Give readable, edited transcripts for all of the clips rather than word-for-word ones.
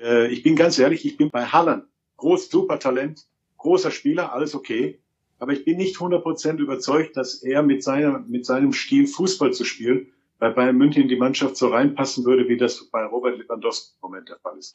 Ich bin ganz ehrlich, ich bin bei Haaland. Super Talent, großer Spieler, alles okay. Aber ich bin nicht 100% überzeugt, dass er mit seinem Stil Fußball zu spielen bei Bayern München in die Mannschaft so reinpassen würde, wie das bei Robert Lewandowski im Moment der Fall ist.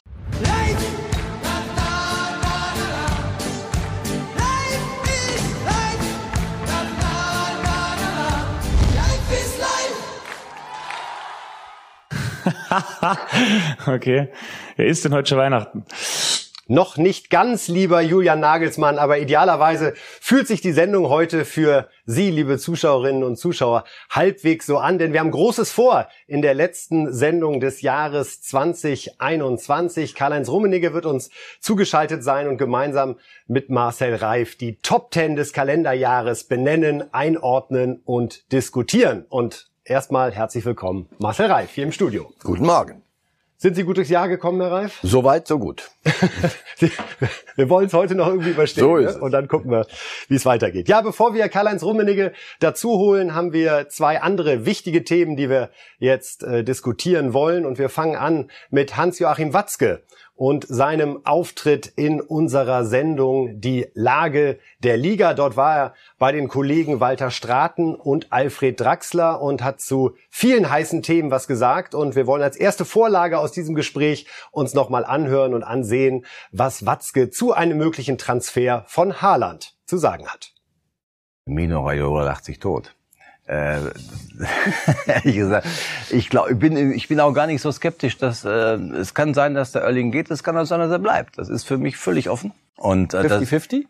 Okay. Wer ist denn heute schon Weihnachten? Noch nicht ganz, lieber Julian Nagelsmann, aber idealerweise fühlt sich die Sendung heute für Sie, liebe Zuschauerinnen und Zuschauer, halbwegs so an, denn wir haben Großes vor in der letzten Sendung des Jahres 2021. Karl-Heinz Rummenigge wird uns zugeschaltet sein und gemeinsam mit Marcel Reif die Top 10 des Kalenderjahres benennen, einordnen und diskutieren. Und erstmal herzlich willkommen, Marcel Reif, hier im Studio. Guten Morgen. Sind Sie gut durchs Jahr gekommen, Herr Reif? Soweit, so gut. Wir wollen es heute noch irgendwie überstehen, so ist es. Und dann gucken wir, wie es weitergeht. Ja, bevor wir Karl-Heinz Rummenigge dazu holen, haben wir zwei andere wichtige Themen, die wir jetzt diskutieren wollen. Und wir fangen an mit Hans-Joachim Watzke und seinem Auftritt in unserer Sendung Die Lage der Liga. Dort war er bei den Kollegen Walter Straten und Alfred Draxler und hat zu vielen heißen Themen was gesagt. Und wir wollen als erste Vorlage aus diesem Gespräch uns nochmal anhören und ansehen, was Watzke zu einem möglichen Transfer von Haaland zu sagen hat. Mino Raiola lacht sich tot. Ehrlich gesagt, ich bin auch gar nicht so skeptisch, dass es kann sein, dass der Erling geht, es kann auch sein, dass er bleibt. Das ist für mich völlig offen. Und 50-50?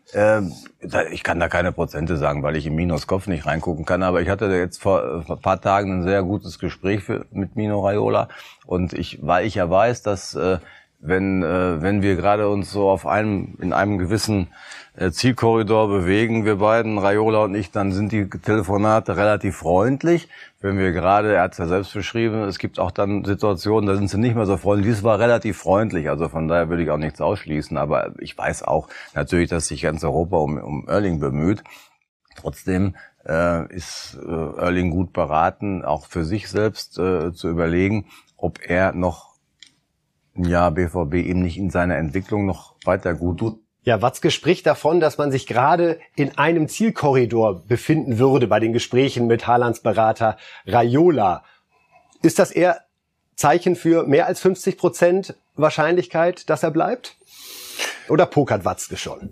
Ich kann da keine Prozente sagen, weil ich in Minos Kopf nicht reingucken kann. Aber ich hatte jetzt vor ein paar Tagen ein sehr gutes Gespräch mit Mino Raiola. Und weil ich ja weiß, dass wenn wir gerade uns so in einem gewissen Zielkorridor bewegen, wir beiden, Raiola und ich, dann sind die Telefonate relativ freundlich. Wenn wir gerade, er hat es ja selbst beschrieben, es gibt auch dann Situationen, da sind sie nicht mehr so freundlich. Dies war relativ freundlich, also von daher würde ich auch nichts ausschließen. Aber ich weiß auch natürlich, dass sich ganz Europa um Erling bemüht. Trotzdem ist Erling gut beraten, auch für sich selbst zu überlegen, ob er noch ein Jahr BVB ihm nicht in seiner Entwicklung noch weiter gut tut. Ja, Watzke spricht davon, dass man sich gerade in einem Zielkorridor befinden würde bei den Gesprächen mit Haalands Berater Raiola. Ist das eher Zeichen für mehr als 50% Wahrscheinlichkeit, dass er bleibt? Oder pokert Watzke schon?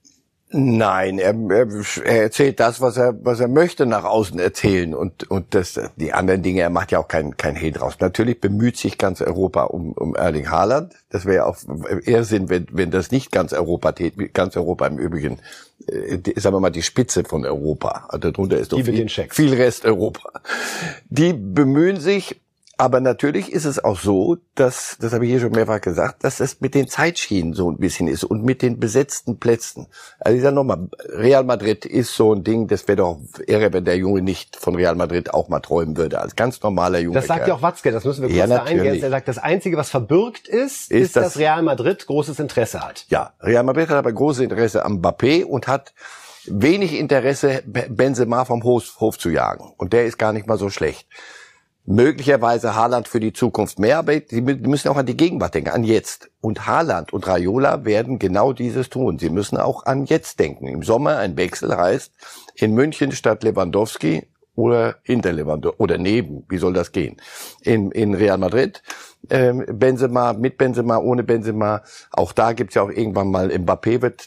Nein, er erzählt das, was er möchte nach außen erzählen und die anderen Dinge, er macht ja auch kein Hehl draus. Natürlich bemüht sich ganz Europa um Erling Haaland. Das wäre ja auch Irrsinn, wenn das nicht ganz Europa im Übrigen, sagen wir mal, die Spitze von Europa. Also darunter ist doch viel Rest Europa. Die bemühen sich. Aber natürlich ist es auch so, das habe ich hier schon mehrfach gesagt, dass es mit den Zeitschienen so ein bisschen ist und mit den besetzten Plätzen. Also ich sage nochmal, Real Madrid ist so ein Ding, das wäre doch irre, wenn der Junge nicht von Real Madrid auch mal träumen würde, als ganz normaler Junge. Das sagt ja auch Watzke, das müssen wir kurz da eingehen. Er sagt, das Einzige, was verbürgt ist, dass Real Madrid großes Interesse hat. Ja, Real Madrid hat aber großes Interesse am Mbappé und hat wenig Interesse, Benzema vom Hof zu jagen. Und der ist gar nicht mal so schlecht. Möglicherweise Haaland für die Zukunft mehr, aber die müssen auch an die Gegenwart denken, an jetzt. Und Haaland und Raiola werden genau dieses tun. Sie müssen auch an jetzt denken. Im Sommer ein Wechsel heißt, in München statt Lewandowski oder hinter Lewandowski oder neben. Wie soll das gehen? In Real Madrid, Benzema, mit Benzema, ohne Benzema. Auch da gibt's ja auch irgendwann mal, Mbappé wird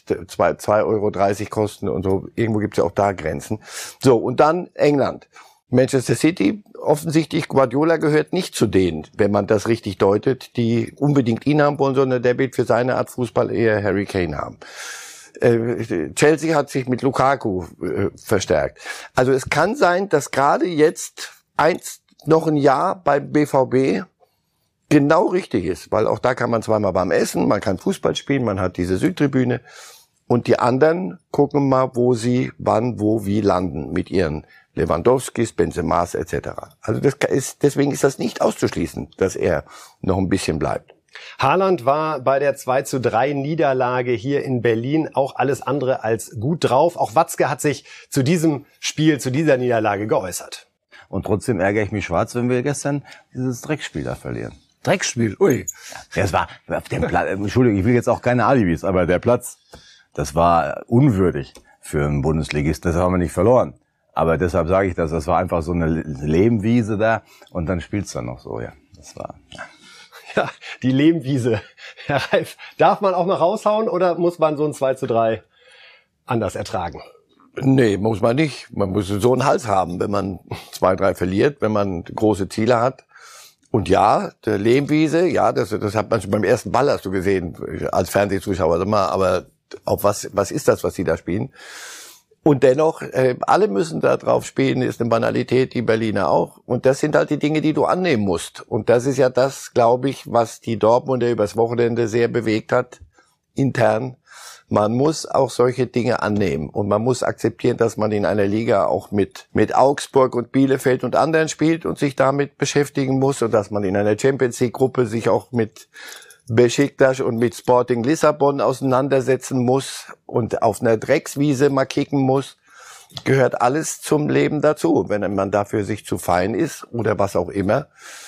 2,30 € kosten und so. Irgendwo gibt's ja auch da Grenzen. So, und dann England. Manchester City, offensichtlich Guardiola gehört nicht zu denen, wenn man das richtig deutet, die unbedingt ihn haben wollen, sondern der will für seine Art Fußball eher Harry Kane haben. Chelsea hat sich mit Lukaku verstärkt. Also es kann sein, dass gerade jetzt noch ein Jahr beim BVB genau richtig ist, weil auch da kann man zweimal warm essen, man kann Fußball spielen, man hat diese Südtribüne und die anderen gucken mal, wo sie wann, wo, wie landen mit ihren Lewandowskis, Benzemas etc. Also deswegen ist das nicht auszuschließen, dass er noch ein bisschen bleibt. Haaland war bei der 2:3 Niederlage hier in Berlin auch alles andere als gut drauf. Auch Watzke hat sich zu diesem Spiel, zu dieser Niederlage geäußert. Und trotzdem ärgere ich mich schwarz, wenn wir gestern dieses Dreckspiel da verlieren. Drecksspiel, ui. Das war auf dem Platz, Entschuldigung, ich will jetzt auch keine Alibis, aber der Platz, das war unwürdig für einen Bundesligist, das haben wir nicht verloren. Aber deshalb sage ich das war einfach so eine Lehmwiese da und dann spielt's dann noch so, ja. Das war, ja. Ja, die Lehmwiese. Herr Reif, darf man auch mal raushauen oder muss man so ein 2:3 anders ertragen? Nee, muss man nicht. Man muss so einen Hals haben, wenn man 2-3 verliert, wenn man große Ziele hat. Und ja, der Lehmwiese, ja, das hat man schon beim ersten Ball hast du gesehen, als Fernsehzuschauer, aber auf was ist das, was sie da spielen? Und dennoch, alle müssen da drauf spielen, ist eine Banalität, die Berliner auch. Und das sind halt die Dinge, die du annehmen musst. Und das ist ja das, glaube ich, was die Dortmunder übers Wochenende sehr bewegt hat, intern. Man muss auch solche Dinge annehmen. Und man muss akzeptieren, dass man in einer Liga auch mit Augsburg und Bielefeld und anderen spielt und sich damit beschäftigen muss. Und dass man in einer Champions-League-Gruppe sich auch mit Besiktas und mit Sporting Lissabon auseinandersetzen muss und auf einer Dreckswiese mal kicken muss, gehört alles zum Leben dazu. Wenn man dafür sich zu fein ist oder was auch immer,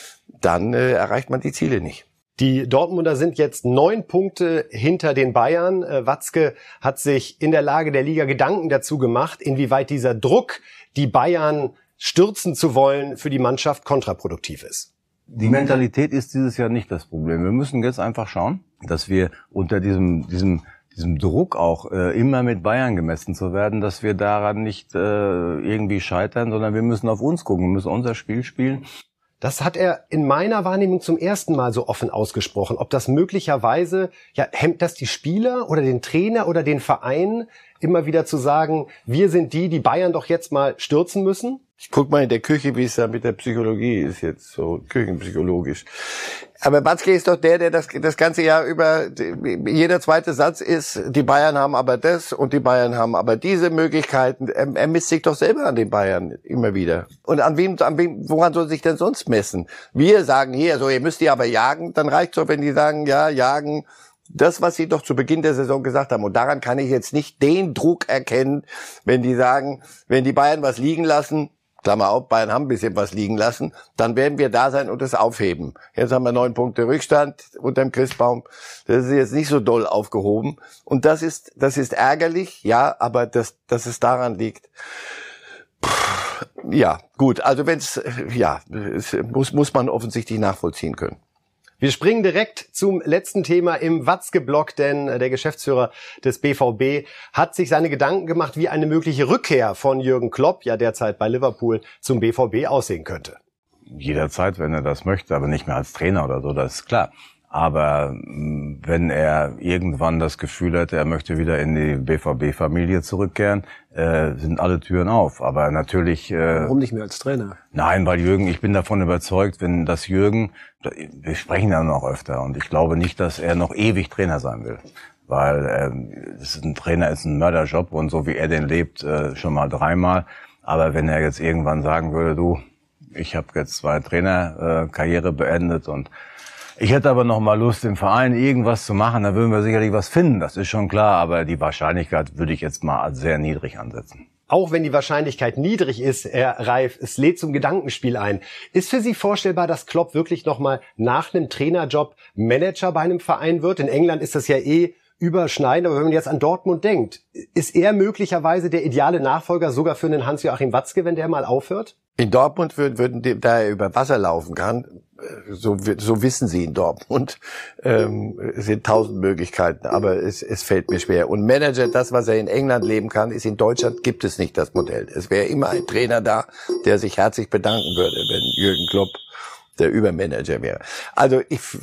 dann erreicht man die Ziele nicht. Die Dortmunder sind jetzt 9 Punkte hinter den Bayern. Watzke hat sich in der Lage der Liga Gedanken dazu gemacht, inwieweit dieser Druck, die Bayern stürzen zu wollen, für die Mannschaft kontraproduktiv ist. Die Mentalität ist dieses Jahr nicht das Problem. Wir müssen jetzt einfach schauen, dass wir unter diesem Druck auch immer mit Bayern gemessen zu werden, dass wir daran nicht irgendwie scheitern, sondern wir müssen auf uns gucken, wir müssen unser Spiel spielen. Das hat er in meiner Wahrnehmung zum ersten Mal so offen ausgesprochen. Ob das möglicherweise, hemmt das die Spieler oder den Trainer oder den Verein, immer wieder zu sagen, wir sind die Bayern doch jetzt mal stürzen müssen? Ich guck mal in der Küche, wie es da mit der Psychologie ist jetzt, so küchenpsychologisch. Aber Watzke ist doch der das ganze Jahr über, jeder zweite Satz ist, die Bayern haben aber das und die Bayern haben aber diese Möglichkeiten. Er misst sich doch selber an den Bayern immer wieder. Und an wem, woran soll sich denn sonst messen? Wir sagen hier, so, ihr müsst die aber jagen, dann reicht's doch, wenn die sagen, ja, jagen. Das, was sie doch zu Beginn der Saison gesagt haben. Und daran kann ich jetzt nicht den Druck erkennen, wenn die sagen, wenn die Bayern was liegen lassen, Klammer auf, Bayern haben ein bisschen was liegen lassen, dann werden wir da sein und es aufheben. Jetzt haben wir 9 Punkte Rückstand unterm Christbaum. Das ist jetzt nicht so doll aufgehoben. Und das ist ärgerlich, ja, aber dass es daran liegt. Ja, gut, also muss man offensichtlich nachvollziehen können. Wir springen direkt zum letzten Thema im Watzke-Block, denn der Geschäftsführer des BVB hat sich seine Gedanken gemacht, wie eine mögliche Rückkehr von Jürgen Klopp, ja derzeit bei Liverpool, zum BVB aussehen könnte. Jederzeit, wenn er das möchte, aber nicht mehr als Trainer oder so, das ist klar. Aber wenn er irgendwann das Gefühl hätte, er möchte wieder in die BVB-Familie zurückkehren, sind alle Türen auf. Aber natürlich... Warum nicht mehr als Trainer? Nein, weil Jürgen, ich bin davon überzeugt, wenn das Jürgen, wir sprechen ja noch öfter und ich glaube nicht, dass er noch ewig Trainer sein will. Weil ein Trainer ist ein Mörderjob und so wie er den lebt, schon mal 3-mal. Aber wenn er jetzt irgendwann sagen würde, du, ich habe jetzt 2 Trainerkarriere beendet und ich hätte aber noch mal Lust, im Verein irgendwas zu machen, dann würden wir sicherlich was finden, das ist schon klar, aber die Wahrscheinlichkeit würde ich jetzt mal als sehr niedrig ansetzen. Auch wenn die Wahrscheinlichkeit niedrig ist, Herr Reif, es lädt zum Gedankenspiel ein. Ist für Sie vorstellbar, dass Klopp wirklich noch mal nach einem Trainerjob Manager bei einem Verein wird? In England ist das ja überschneidend, aber wenn man jetzt an Dortmund denkt, ist er möglicherweise der ideale Nachfolger sogar für einen Hans-Joachim Watzke, wenn der mal aufhört? In Dortmund würden da er über Wasser laufen kann, so wissen sie in Dortmund, es sind 1000 Möglichkeiten, aber es fällt mir schwer. Und Manager, das, was er in England leben kann, ist in Deutschland, gibt es nicht das Modell. Es wäre immer ein Trainer da, der sich herzlich bedanken würde, wenn Jürgen Klopp der Übermanager wäre. Also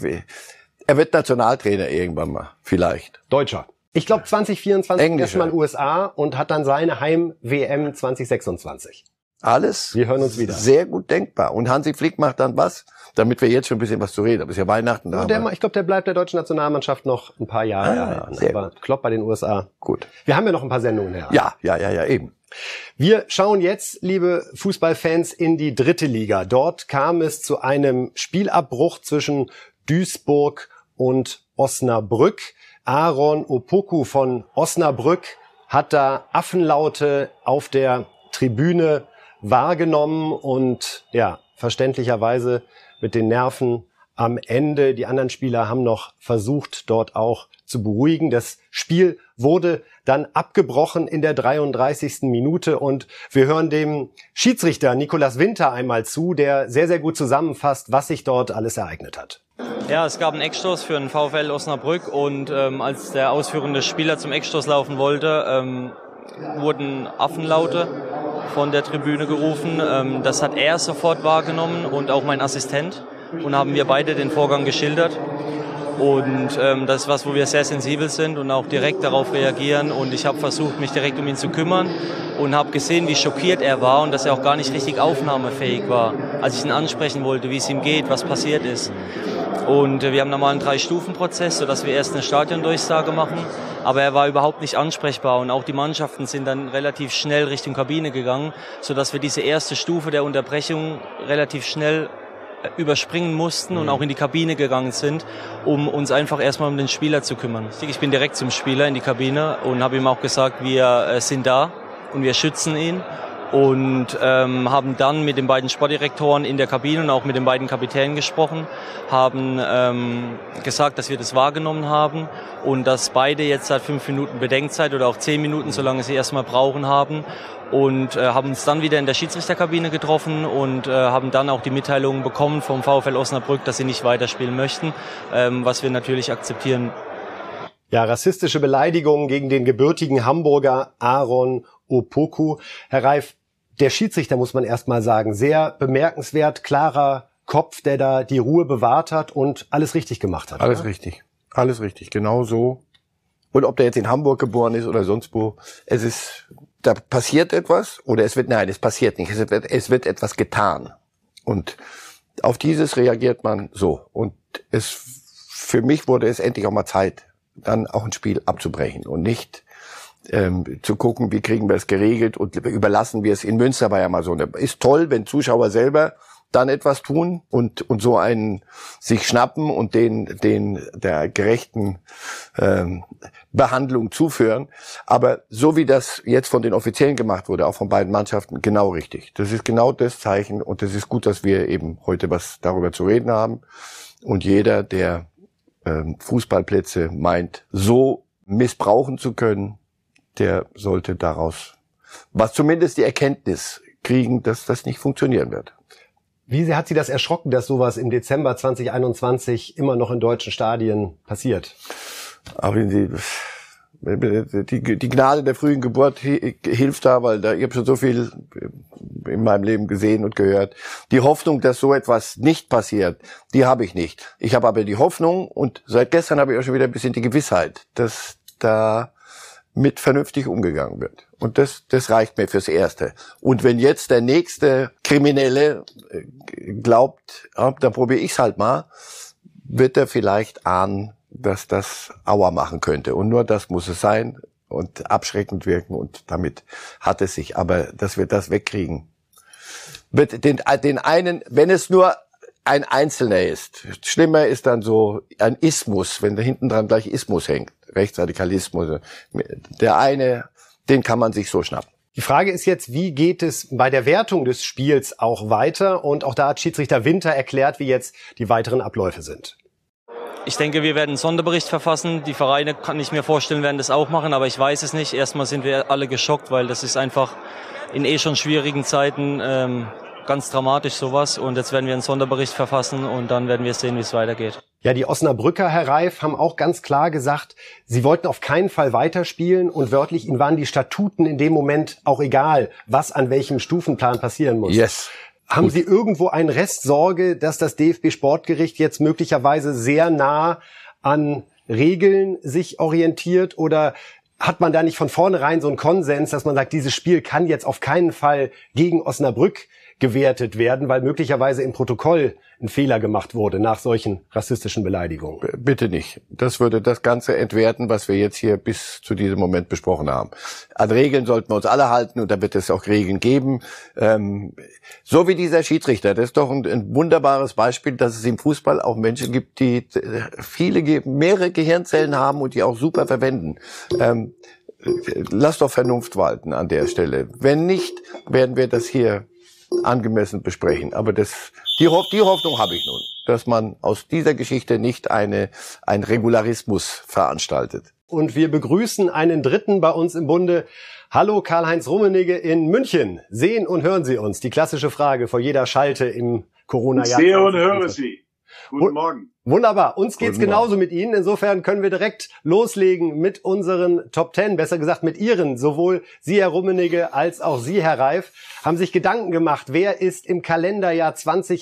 er wird Nationaltrainer irgendwann mal, vielleicht. Deutscher. Ich glaube 2024 Englischer. erstmal in den USA und hat dann seine Heim-WM 2026. Alles Wir hören uns wieder. Sehr gut denkbar. Und Hansi Flick macht dann was, damit wir jetzt schon ein bisschen was zu reden haben. Ist ja Weihnachten da. Ich glaube, der bleibt der deutschen Nationalmannschaft noch ein paar Jahre erhalten. Aber Klopp bei den USA. Gut. Wir haben ja noch ein paar Sendungen her. Ja, eben. Wir schauen jetzt, liebe Fußballfans, in die 3. Liga. Dort kam es zu einem Spielabbruch zwischen Duisburg und Osnabrück. Aaron Opoku von Osnabrück hat da Affenlaute auf der Tribüne wahrgenommen und ja, verständlicherweise mit den Nerven am Ende. Die anderen Spieler haben noch versucht, dort auch zu beruhigen. Das Spiel wurde dann abgebrochen in der 33. Minute und wir hören dem Schiedsrichter Nicolas Winter einmal zu, der sehr, sehr gut zusammenfasst, was sich dort alles ereignet hat. Ja, es gab einen Eckstoß für den VfL Osnabrück und als der ausführende Spieler zum Eckstoß laufen wollte, wurden Affenlaute von der Tribüne gerufen. Das hat er sofort wahrgenommen und auch mein Assistent und haben wir beide den Vorgang geschildert. Und das ist was, wo wir sehr sensibel sind und auch direkt darauf reagieren. Und ich habe versucht, mich direkt um ihn zu kümmern und habe gesehen, wie schockiert er war und dass er auch gar nicht richtig aufnahmefähig war, als ich ihn ansprechen wollte, wie es ihm geht, was passiert ist. Und wir haben nochmal einen 3-Stufen-Prozess, sodass wir erst eine Stadiondurchsage machen. Aber er war überhaupt nicht ansprechbar und auch die Mannschaften sind dann relativ schnell Richtung Kabine gegangen, sodass wir diese erste Stufe der Unterbrechung relativ schnell überspringen mussten und auch in die Kabine gegangen sind, um uns einfach erstmal um den Spieler zu kümmern. Ich bin direkt zum Spieler in die Kabine und habe ihm auch gesagt, wir sind da und wir schützen ihn. Und haben dann mit den beiden Sportdirektoren in der Kabine und auch mit den beiden Kapitänen gesprochen, haben gesagt, dass wir das wahrgenommen haben und dass beide jetzt seit 5 Minuten Bedenkzeit oder auch 10 Minuten, solange sie erstmal brauchen, haben. Und haben uns dann wieder in der Schiedsrichterkabine getroffen und haben dann auch die Mitteilung bekommen vom VfL Osnabrück, dass sie nicht weiterspielen möchten, was wir natürlich akzeptieren. Ja, rassistische Beleidigungen gegen den gebürtigen Hamburger Aaron Opoku. Herr Reif, der Schiedsrichter, muss man erst mal sagen, sehr bemerkenswert, klarer Kopf, der da die Ruhe bewahrt hat und alles richtig gemacht hat. Alles richtig, genau so. Und ob der jetzt in Hamburg geboren ist oder sonst wo, da passiert etwas oder es passiert nicht. Es wird etwas getan. Und auf dieses reagiert man so. Und für mich wurde es endlich auch mal Zeit, dann auch ein Spiel abzubrechen und nicht zu gucken, wie kriegen wir es geregelt und überlassen wir es. In Münster war ja mal so, ist toll, wenn Zuschauer selber dann etwas tun und so einen sich schnappen und der gerechten Behandlung zuführen. Aber so wie das jetzt von den Offiziellen gemacht wurde, auch von beiden Mannschaften, genau richtig. Das ist genau das Zeichen und es ist gut, dass wir eben heute was darüber zu reden haben. Und jeder, der Fußballplätze meint, so missbrauchen zu können, der sollte daraus zumindest die Erkenntnis kriegen, dass das nicht funktionieren wird. Wie sehr hat Sie das erschrocken, dass sowas im Dezember 2021 immer noch in deutschen Stadien passiert? Aber die Gnade der frühen Geburt hilft da, weil ich habe schon so viel in meinem Leben gesehen und gehört. Die Hoffnung, dass so etwas nicht passiert, die habe ich nicht. Ich habe aber die Hoffnung und seit gestern habe ich auch schon wieder ein bisschen die Gewissheit, dass da mit vernünftig umgegangen wird. Und das reicht mir fürs Erste. Und wenn jetzt der nächste Kriminelle glaubt, dann probiere ich's halt mal, wird er vielleicht ahnen, dass das Aua machen könnte. Und nur das muss es sein und abschreckend wirken. Und damit hat es sich. Aber dass wir das wegkriegen, wird den einen, wenn es nur ein Einzelner ist. Schlimmer ist dann so ein Ismus, wenn da hinten dran gleich Ismus hängt. Rechtsradikalismus. Der eine, den kann man sich so schnappen. Die Frage ist jetzt, wie geht es bei der Wertung des Spiels auch weiter? Und auch da hat Schiedsrichter Winter erklärt, wie jetzt die weiteren Abläufe sind. Ich denke, wir werden einen Sonderbericht verfassen. Die Vereine, kann ich mir vorstellen, werden das auch machen, aber ich weiß es nicht. Erstmal sind wir alle geschockt, weil das ist einfach in schon schwierigen Zeiten ganz dramatisch sowas. Und jetzt werden wir einen Sonderbericht verfassen und dann werden wir sehen, wie es weitergeht. Ja, die Osnabrücker, Herr Reif, haben auch ganz klar gesagt, sie wollten auf keinen Fall weiterspielen und wörtlich, ihnen waren die Statuten in dem Moment auch egal, was an welchem Stufenplan passieren muss. Yes. Haben Sie irgendwo einen Restsorge, dass das DFB-Sportgericht jetzt möglicherweise sehr nah an Regeln sich orientiert oder hat man da nicht von vornherein so einen Konsens, dass man sagt, dieses Spiel kann jetzt auf keinen Fall gegen Osnabrück gewertet werden, weil möglicherweise im Protokoll ein Fehler gemacht wurde nach solchen rassistischen Beleidigungen? Bitte nicht. Das würde das Ganze entwerten, was wir jetzt hier bis zu diesem Moment besprochen haben. An Regeln sollten wir uns alle halten und da wird es auch Regeln geben. So wie dieser Schiedsrichter, das ist doch ein wunderbares Beispiel, dass es im Fußball auch Menschen gibt, die mehrere Gehirnzellen haben und die auch super verwenden. Lass doch Vernunft walten an der Stelle. Wenn nicht, werden wir das hier angemessen besprechen. Aber die Hoffnung habe ich nun. dass man aus dieser Geschichte nicht ein Regularismus veranstaltet. Und wir begrüßen einen Dritten bei uns im Bunde. Hallo Karl-Heinz Rummenigge in München. Sehen und hören Sie uns? Die klassische Frage vor jeder Schalte im Corona-Jahr. Ich sehe und höre Sie. Guten Morgen. Wunderbar. Uns geht's genauso mit Ihnen. Insofern können wir direkt loslegen mit unseren Top 10, besser gesagt mit Ihren. Sowohl Sie, Herr Rummenigge, als auch Sie, Herr Reif, haben sich Gedanken gemacht, wer ist im Kalenderjahr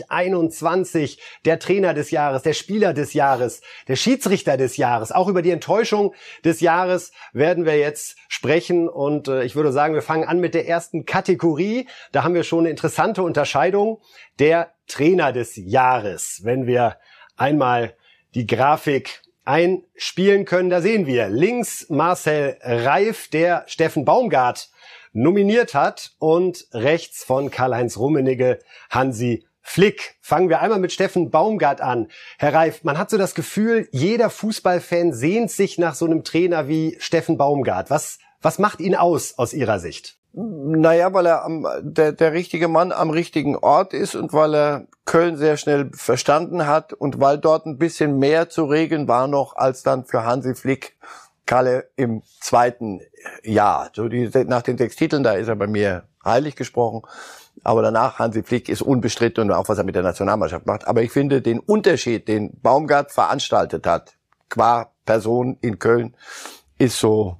2021 der Trainer des Jahres, der Spieler des Jahres, der Schiedsrichter des Jahres. Auch über die Enttäuschung des Jahres werden wir jetzt sprechen. Und ich würde sagen, wir fangen an mit der ersten Kategorie. Da haben wir schon eine interessante Unterscheidung. Der Trainer des Jahres. Wenn wir einmal die Grafik einspielen können, da sehen wir links Marcel Reif, der Steffen Baumgart nominiert hat, und rechts von Karl-Heinz Rummenigge Hansi Flick. Fangen wir einmal mit Steffen Baumgart an. Herr Reif, man hat so das Gefühl, jeder Fußballfan sehnt sich nach so einem Trainer wie Steffen Baumgart. Was macht ihn aus Ihrer Sicht? Naja, weil er der richtige Mann am richtigen Ort ist und weil er Köln sehr schnell verstanden hat und weil dort ein bisschen mehr zu regeln war noch als dann für Hansi Flick Kalle im zweiten Jahr. So nach den 6 Titeln, da ist er bei mir heilig gesprochen. Aber danach, Hansi Flick ist unbestritten und auch was er mit der Nationalmannschaft macht. Aber ich finde den Unterschied, den Baumgart veranstaltet hat, qua Person in Köln, ist so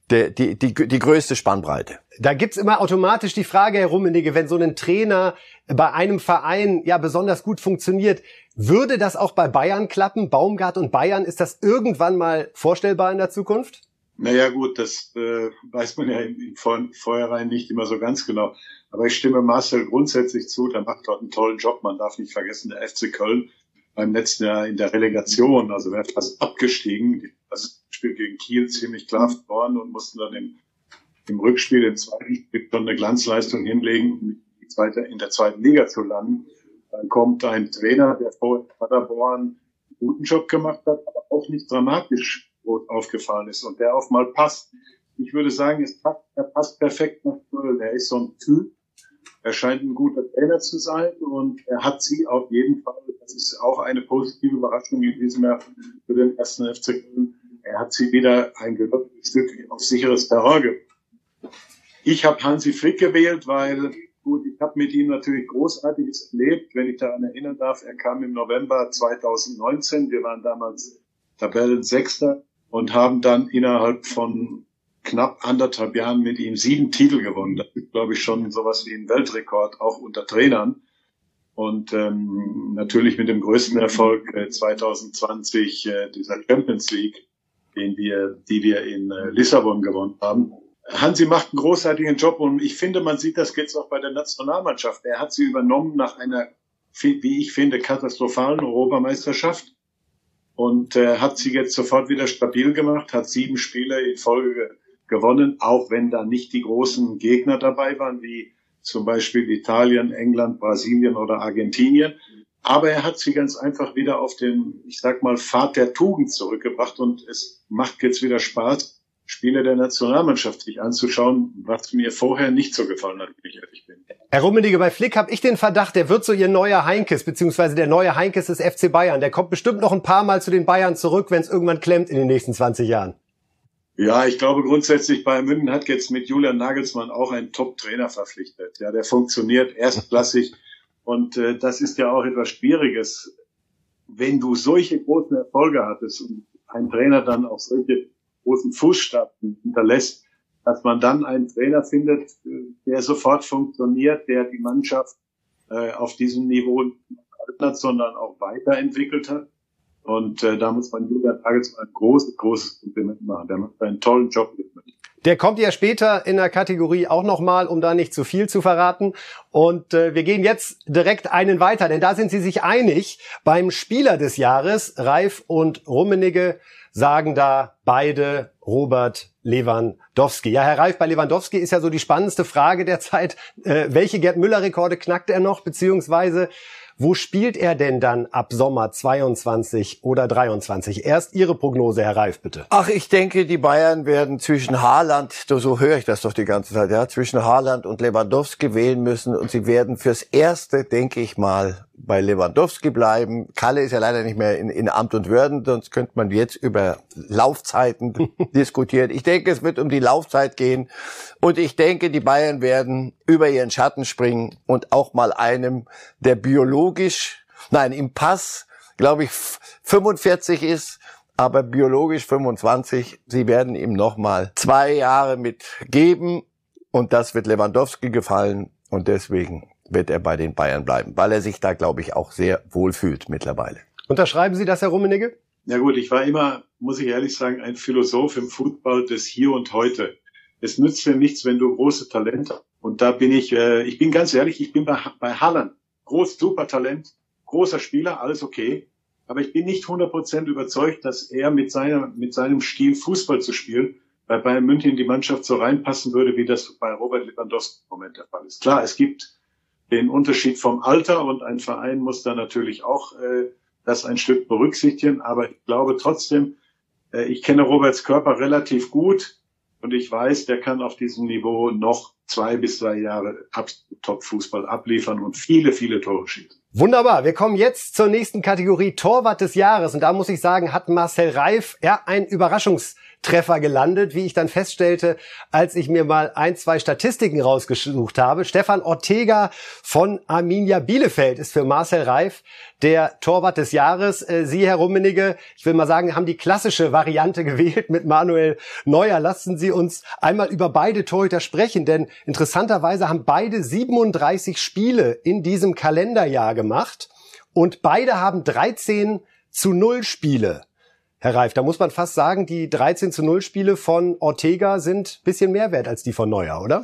die größte Spannbreite. Da gibt's immer automatisch die Frage, Herr Rummenigge, wenn so ein Trainer bei einem Verein ja besonders gut funktioniert, würde das auch bei Bayern klappen? Baumgart und Bayern, ist das irgendwann mal vorstellbar in der Zukunft? Naja gut, das weiß man ja im Vorhinein nicht immer so ganz genau. Aber ich stimme Marcel grundsätzlich zu, der macht dort einen tollen Job. Man darf nicht vergessen, der FC Köln beim letzten Jahr in der Relegation, also wäre fast abgestiegen. Das Spiel gegen Kiel ziemlich klar verloren und mussten dann im Rückspiel, im zweiten Spiel, schon eine Glanzleistung hinlegen, in der zweiten Liga zu landen. Dann kommt ein Trainer, der vor Paderborn einen guten Job gemacht hat, aber auch nicht dramatisch aufgefallen ist und der auch mal passt. Ich würde sagen, er passt perfekt nach Köln. Er ist so ein Typ. Er scheint ein guter Trainer zu sein und er hat sie auf jeden Fall, das ist auch eine positive Überraschung in diesem Jahr für den ersten FC Köln, er hat sie wieder ein gehörtes Stück auf sicheres Terrain gebracht. Ich habe Hansi Flick gewählt, weil, gut, ich habe mit ihm natürlich Großartiges erlebt, wenn ich daran erinnern darf. Er kam im November 2019, wir waren damals Tabellensechster und haben dann innerhalb von knapp 1,5 Jahren mit ihm 7 Titel gewonnen. Das ist, glaube ich, schon sowas wie ein Weltrekord, auch unter Trainern. Und natürlich mit dem größten Erfolg 2020 dieser Champions League, die wir in Lissabon gewonnen haben. Hansi macht einen großartigen Job und ich finde, man sieht das jetzt auch bei der Nationalmannschaft. Er hat sie übernommen nach einer, wie ich finde, katastrophalen Europameisterschaft und hat sie jetzt sofort wieder stabil gemacht, hat 7 Spiele in Folge gewonnen, auch wenn da nicht die großen Gegner dabei waren, wie zum Beispiel Italien, England, Brasilien oder Argentinien. Aber er hat sie ganz einfach wieder auf den, ich sag mal, Pfad der Tugend zurückgebracht und es macht jetzt wieder Spaß, Spiele der Nationalmannschaft sich anzuschauen, was mir vorher nicht so gefallen hat, wenn ich ehrlich bin. Herr Rummenigge, bei Flick habe ich den Verdacht, der wird so Ihr neuer Heinkes, beziehungsweise der neue Heinkes des FC Bayern. Der kommt bestimmt noch ein paar Mal zu den Bayern zurück, wenn es irgendwann klemmt in den nächsten 20 Jahren. Ja, ich glaube grundsätzlich, Bayern München hat jetzt mit Julian Nagelsmann auch einen Top-Trainer verpflichtet. Ja, der funktioniert erstklassig und das ist ja auch etwas Schwieriges. Wenn du solche großen Erfolge hattest und ein Trainer dann auch solche großen Fußstapfen hinterlässt, dass man dann einen Trainer findet, der sofort funktioniert, der die Mannschaft auf diesem Niveau nicht gehalten hat, sondern auch weiterentwickelt hat. Und da muss man Julian Nagelsmann ein großes Kompliment machen. Der macht einen tollen Job mit. Der kommt ja später in der Kategorie auch nochmal, um da nicht zu viel zu verraten. Und wir gehen jetzt direkt einen weiter, denn da sind Sie sich einig. Beim Spieler des Jahres, Reif und Rummenigge, sagen da beide Robert Lewandowski. Ja, Herr Reif, bei Lewandowski ist ja so die spannendste Frage derzeit, welche Gerd-Müller-Rekorde knackt er noch, beziehungsweise wo spielt er denn dann ab Sommer 22 oder 23? Erst Ihre Prognose, Herr Reif, bitte. Ach, ich denke, die Bayern werden zwischen Haaland, so höre ich das doch die ganze Zeit, ja, zwischen Haaland und Lewandowski wählen müssen und sie werden fürs Erste, denke ich mal, bei Lewandowski bleiben. Kalle ist ja leider nicht mehr in Amt und Würden, sonst könnte man jetzt über Laufzeiten diskutieren. Ich denke, es wird um die Laufzeit gehen und ich denke, die Bayern werden über ihren Schatten springen und auch mal einem, der im Pass, glaube ich, 45 ist, aber biologisch 25. Sie werden ihm nochmal 2 Jahre mitgeben und das wird Lewandowski gefallen und deswegen wird er bei den Bayern bleiben, weil er sich da, glaube ich, auch sehr wohl fühlt mittlerweile. Unterschreiben Sie das, Herr Rummenigge? Ja gut, ich war immer, muss ich ehrlich sagen, ein Philosoph im Fußball des Hier und Heute. Es nützt dir nichts, wenn du große Talente hast. Und da bin ich bin ganz ehrlich, ich bin bei Haaland. Super Talent, großer Spieler, alles okay. Aber ich bin nicht 100% überzeugt, dass er mit seinem Stil Fußball zu spielen, bei Bayern München die Mannschaft so reinpassen würde, wie das bei Robert Lewandowski im Moment der Fall ist. Klar, es gibt den Unterschied vom Alter und ein Verein muss da natürlich auch das ein Stück berücksichtigen. Aber ich glaube trotzdem, ich kenne Roberts Körper relativ gut und ich weiß, der kann auf diesem Niveau noch 2 bis 3 Jahre Top-Fußball abliefern und viele, viele Tore schießen. Wunderbar, wir kommen jetzt zur nächsten Kategorie, Torwart des Jahres. Und da muss ich sagen, hat Marcel Reif ein Überraschungstreffer gelandet, wie ich dann feststellte, als ich mir mal 1-2 Statistiken rausgesucht habe. Stefan Ortega von Arminia Bielefeld ist für Marcel Reif der Torwart des Jahres. Sie, Herr Rummenigge, ich will mal sagen, haben die klassische Variante gewählt mit Manuel Neuer. Lassen Sie uns einmal über beide Torhüter sprechen, denn interessanterweise haben beide 37 Spiele in diesem Kalenderjahr gemacht und beide haben 13:0 Spiele. Herr Reif, da muss man fast sagen, die 13:0 Spiele von Ortega sind ein bisschen mehr wert als die von Neuer, oder?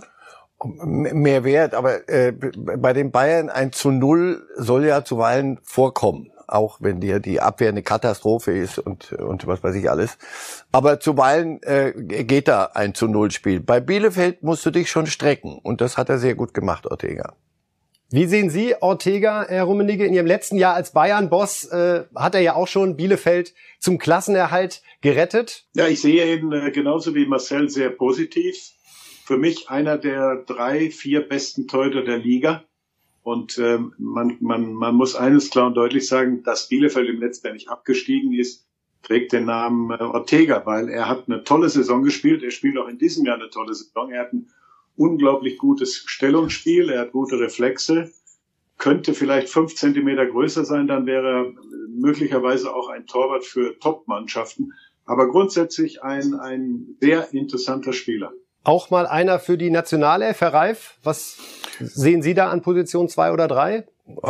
Mehr wert, aber bei den Bayern 1:0 soll ja zuweilen vorkommen, auch wenn die Abwehr eine Katastrophe ist und was weiß ich alles. Aber zuweilen geht da 1:0 Spiel. Bei Bielefeld musst du dich schon strecken und das hat er sehr gut gemacht, Ortega. Wie sehen Sie Ortega, Herr Rummenigge? In Ihrem letzten Jahr als Bayern-Boss hat er ja auch schon Bielefeld zum Klassenerhalt gerettet. Ja, ich sehe ihn genauso wie Marcel sehr positiv. Für mich einer der 3, 4 besten Torhüter der Liga. Und man muss eines klar und deutlich sagen, dass Bielefeld im letzten Jahr nicht abgestiegen ist, trägt den Namen Ortega, weil er hat eine tolle Saison gespielt. Er spielt auch in diesem Jahr eine tolle Saison. Er hat ein unglaublich gutes Stellungsspiel, er hat gute Reflexe, könnte vielleicht 5 Zentimeter größer sein, dann wäre er möglicherweise auch ein Torwart für Top-Mannschaften. Aber grundsätzlich ein sehr interessanter Spieler. Auch mal einer für die Nationalelf, Herr Reif. Was sehen Sie da an Position 2 oder 3?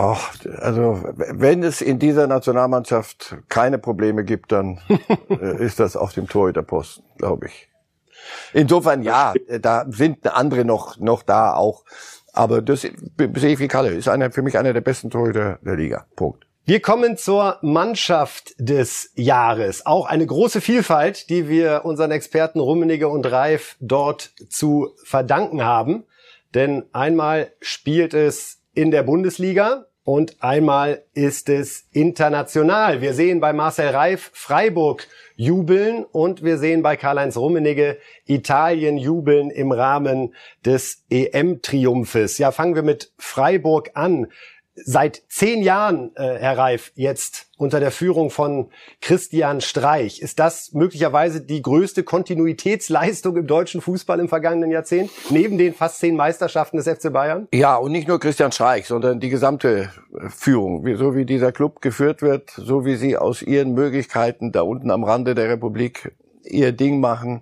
Also wenn es in dieser Nationalmannschaft keine Probleme gibt, dann ist das auf dem Torhüterposten, glaube ich. Insofern ja, da sind andere noch da auch, aber das sehe ich wie Kalle, ist für mich einer der besten Torhüter der Liga. Punkt. Wir kommen zur Mannschaft des Jahres. Auch eine große Vielfalt, die wir unseren Experten Rummenigge und Reif dort zu verdanken haben. Denn einmal spielt es in der Bundesliga und einmal ist es international. Wir sehen bei Marcel Reif Freiburg jubeln und wir sehen bei Karl-Heinz Rummenigge Italien jubeln im Rahmen des EM-Triumphes. Ja, fangen wir mit Freiburg an. Seit 10 Jahren, Herr Reif, jetzt unter der Führung von Christian Streich. Ist das möglicherweise die größte Kontinuitätsleistung im deutschen Fußball im vergangenen Jahrzehnt? Neben den fast 10 Meisterschaften des FC Bayern? Ja, und nicht nur Christian Streich, sondern die gesamte Führung. So wie dieser Club geführt wird, so wie sie aus ihren Möglichkeiten da unten am Rande der Republik ihr Ding machen.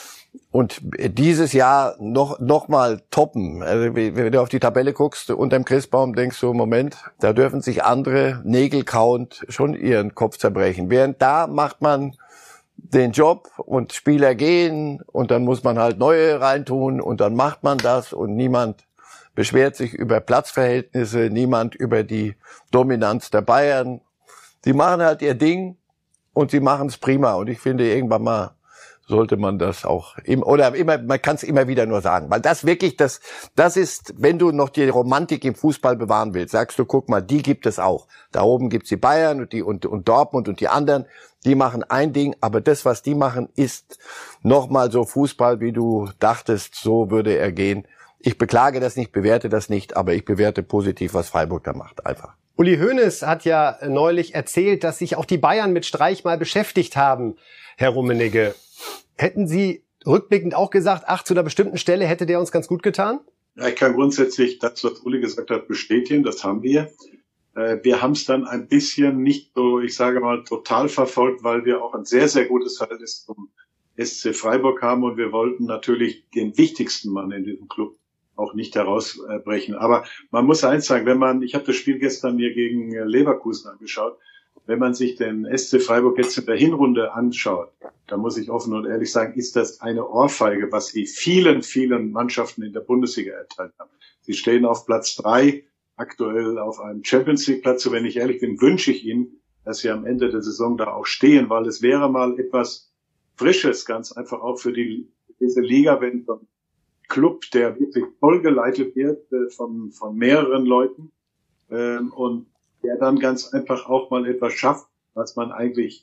Und dieses Jahr noch mal toppen. Also wenn du auf die Tabelle guckst, unterm Christbaum denkst du, Moment, da dürfen sich andere Nägel kauend schon ihren Kopf zerbrechen. Während da macht man den Job und Spieler gehen und dann muss man halt neue reintun und dann macht man das und niemand beschwert sich über Platzverhältnisse, niemand über die Dominanz der Bayern. Die machen halt ihr Ding und sie machen es prima. Und ich finde, irgendwann mal sollte man das auch man kann es immer wieder nur sagen, weil das wirklich das ist, wenn du noch die Romantik im Fußball bewahren willst, sagst du, guck mal, die gibt es auch. Da oben gibt's die Bayern und die und Dortmund und die anderen, die machen ein Ding, aber das, was die machen, ist nochmal so Fußball, wie du dachtest, so würde er gehen. Ich beklage das nicht, bewerte das nicht, aber ich bewerte positiv, was Freiburg da macht, einfach. Uli Hoeneß hat ja neulich erzählt, dass sich auch die Bayern mit Streich mal beschäftigt haben, Herr Rummenigge. Hätten Sie rückblickend auch gesagt, zu einer bestimmten Stelle hätte der uns ganz gut getan? Ja, ich kann grundsätzlich das, was Uli gesagt hat, bestätigen. Das haben wir. Wir haben es dann ein bisschen nicht so, ich sage mal, total verfolgt, weil wir auch ein sehr, sehr gutes Verhältnis zum SC Freiburg haben und wir wollten natürlich den wichtigsten Mann in diesem Club auch nicht herausbrechen. Aber man muss eins sagen, ich habe das Spiel gestern mir gegen Leverkusen angeschaut, wenn man sich den SC Freiburg jetzt in der Hinrunde anschaut, da muss ich offen und ehrlich sagen, ist das eine Ohrfeige, was die vielen, vielen Mannschaften in der Bundesliga erteilt haben. Sie stehen auf Platz 3, aktuell auf einem Champions-League-Platz. So, wenn ich ehrlich bin, wünsche ich Ihnen, dass Sie am Ende der Saison da auch stehen, weil es wäre mal etwas Frisches, ganz einfach auch für diese Liga, wenn so ein Club, der wirklich voll geleitet wird von mehreren Leuten und der dann ganz einfach auch mal etwas schafft, was man eigentlich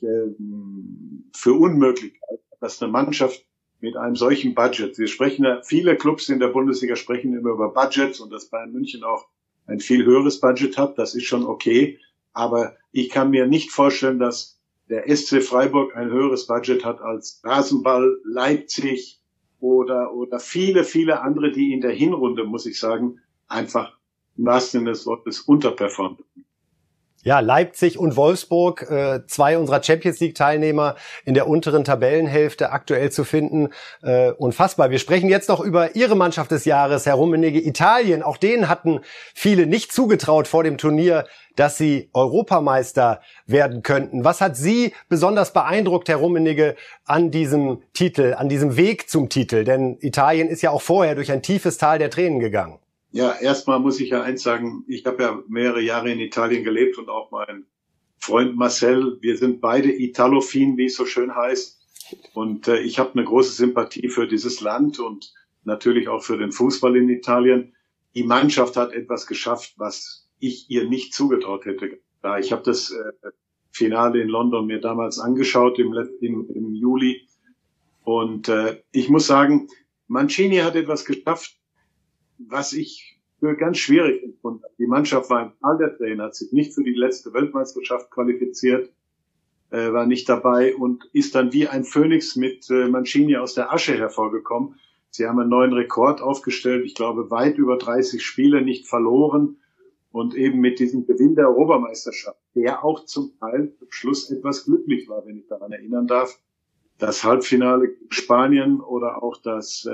für unmöglich hält, dass eine Mannschaft mit einem solchen Budget, wir sprechen ja, viele Clubs in der Bundesliga sprechen immer über Budgets und dass Bayern München auch ein viel höheres Budget hat, das ist schon okay, aber ich kann mir nicht vorstellen, dass der SC Freiburg ein höheres Budget hat als Rasenball, Leipzig, oder viele, viele andere, die in der Hinrunde, muss ich sagen, einfach im wahrsten Sinne des Wortes unterperformt. Ja, Leipzig und Wolfsburg, 2 unserer Champions-League-Teilnehmer in der unteren Tabellenhälfte aktuell zu finden. Unfassbar. Wir sprechen jetzt noch über Ihre Mannschaft des Jahres, Herr Rummenigge, Italien. Auch denen hatten viele nicht zugetraut vor dem Turnier, dass sie Europameister werden könnten. Was hat Sie besonders beeindruckt, Herr Rummenigge, an diesem Titel, an diesem Weg zum Titel? Denn Italien ist ja auch vorher durch ein tiefes Tal der Tränen gegangen. Ja, erstmal muss ich ja eins sagen, ich habe ja mehrere Jahre in Italien gelebt und auch mein Freund Marcel, wir sind beide Italophin, wie es so schön heißt. Und ich habe eine große Sympathie für dieses Land und natürlich auch für den Fußball in Italien. Die Mannschaft hat etwas geschafft, was ich ihr nicht zugetraut hätte. Ich habe das Finale in London mir damals angeschaut im Juli. Und ich muss sagen, Mancini hat etwas geschafft, was ich für ganz schwierig empfunden habe. Die Mannschaft war im Tal der Tränen, hat sich nicht für die letzte Weltmeisterschaft qualifiziert, war nicht dabei und ist dann wie ein Phönix mit Mancini aus der Asche hervorgekommen. Sie haben einen neuen Rekord aufgestellt, ich glaube weit über 30 Spiele nicht verloren und eben mit diesem Gewinn der Europameisterschaft, der auch zum Teil zum Schluss etwas glücklich war, wenn ich daran erinnern darf. Das Halbfinale gegen Spanien oder auch das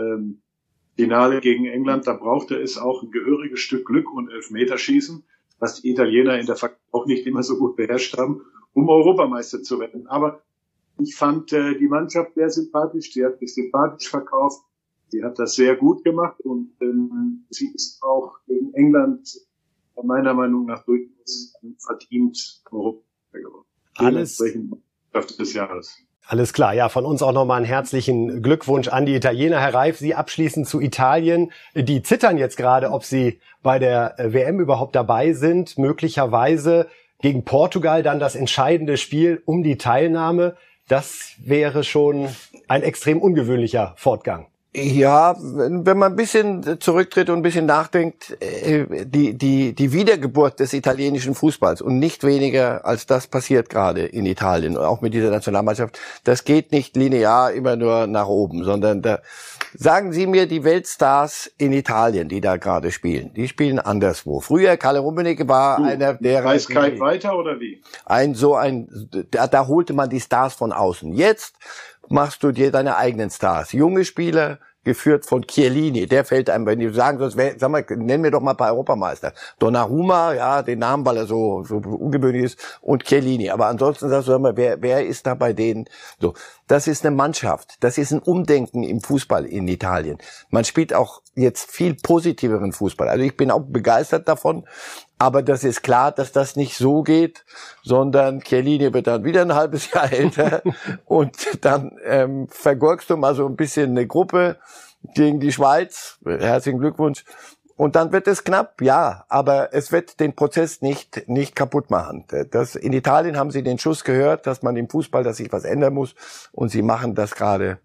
Finale gegen England, da brauchte es auch ein gehöriges Stück Glück und Elfmeterschießen, was die Italiener in der Vergangenheit auch nicht immer so gut beherrscht haben, um Europameister zu werden. Aber ich fand die Mannschaft sehr sympathisch, sie hat sich sympathisch verkauft, sie hat das sehr gut gemacht und sie ist auch gegen England meiner Meinung nach durchaus verdient Europameister geworden. Alles Mannschaft des Jahres. Alles klar, ja, von uns auch nochmal einen herzlichen Glückwunsch an die Italiener. Herr Reif, Sie abschließend zu Italien. Die zittern jetzt gerade, ob sie bei der WM überhaupt dabei sind. Möglicherweise gegen Portugal dann das entscheidende Spiel um die Teilnahme. Das wäre schon ein extrem ungewöhnlicher Fortgang. Ja, wenn man ein bisschen zurücktritt und ein bisschen nachdenkt, die Wiedergeburt des italienischen Fußballs und nicht weniger als das passiert gerade in Italien, auch mit dieser Nationalmannschaft, das geht nicht linear immer nur nach oben, sondern da sagen Sie mir die Weltstars in Italien, die da gerade spielen, die spielen anderswo. Früher, Kalle Rummenigge war einer der... Weiß Kai weiter oder wie? Da holte man die Stars von außen. Jetzt machst du dir deine eigenen Stars. Junge Spieler, geführt von Chiellini, der fällt einem, wenn du sagen sollst, sag mal, nenn mir doch mal ein paar Europameister. Donnarumma, ja, den Namen, weil er so ungewöhnlich ist, und Chiellini. Aber ansonsten sagst du, sag mal, wer ist da bei denen? So, das ist eine Mannschaft. Das ist ein Umdenken im Fußball in Italien. Man spielt auch jetzt viel positiveren Fußball. Also ich bin auch begeistert davon. Aber das ist klar, dass das nicht so geht, sondern Chiellini wird dann wieder ein halbes Jahr älter und dann vergurkst du mal so ein bisschen eine Gruppe gegen die Schweiz. Herzlichen Glückwunsch. Und dann wird es knapp, ja, aber es wird den Prozess nicht kaputt machen. In Italien haben sie den Schuss gehört, dass man im Fußball, dass sich was ändern muss, und sie machen das gerade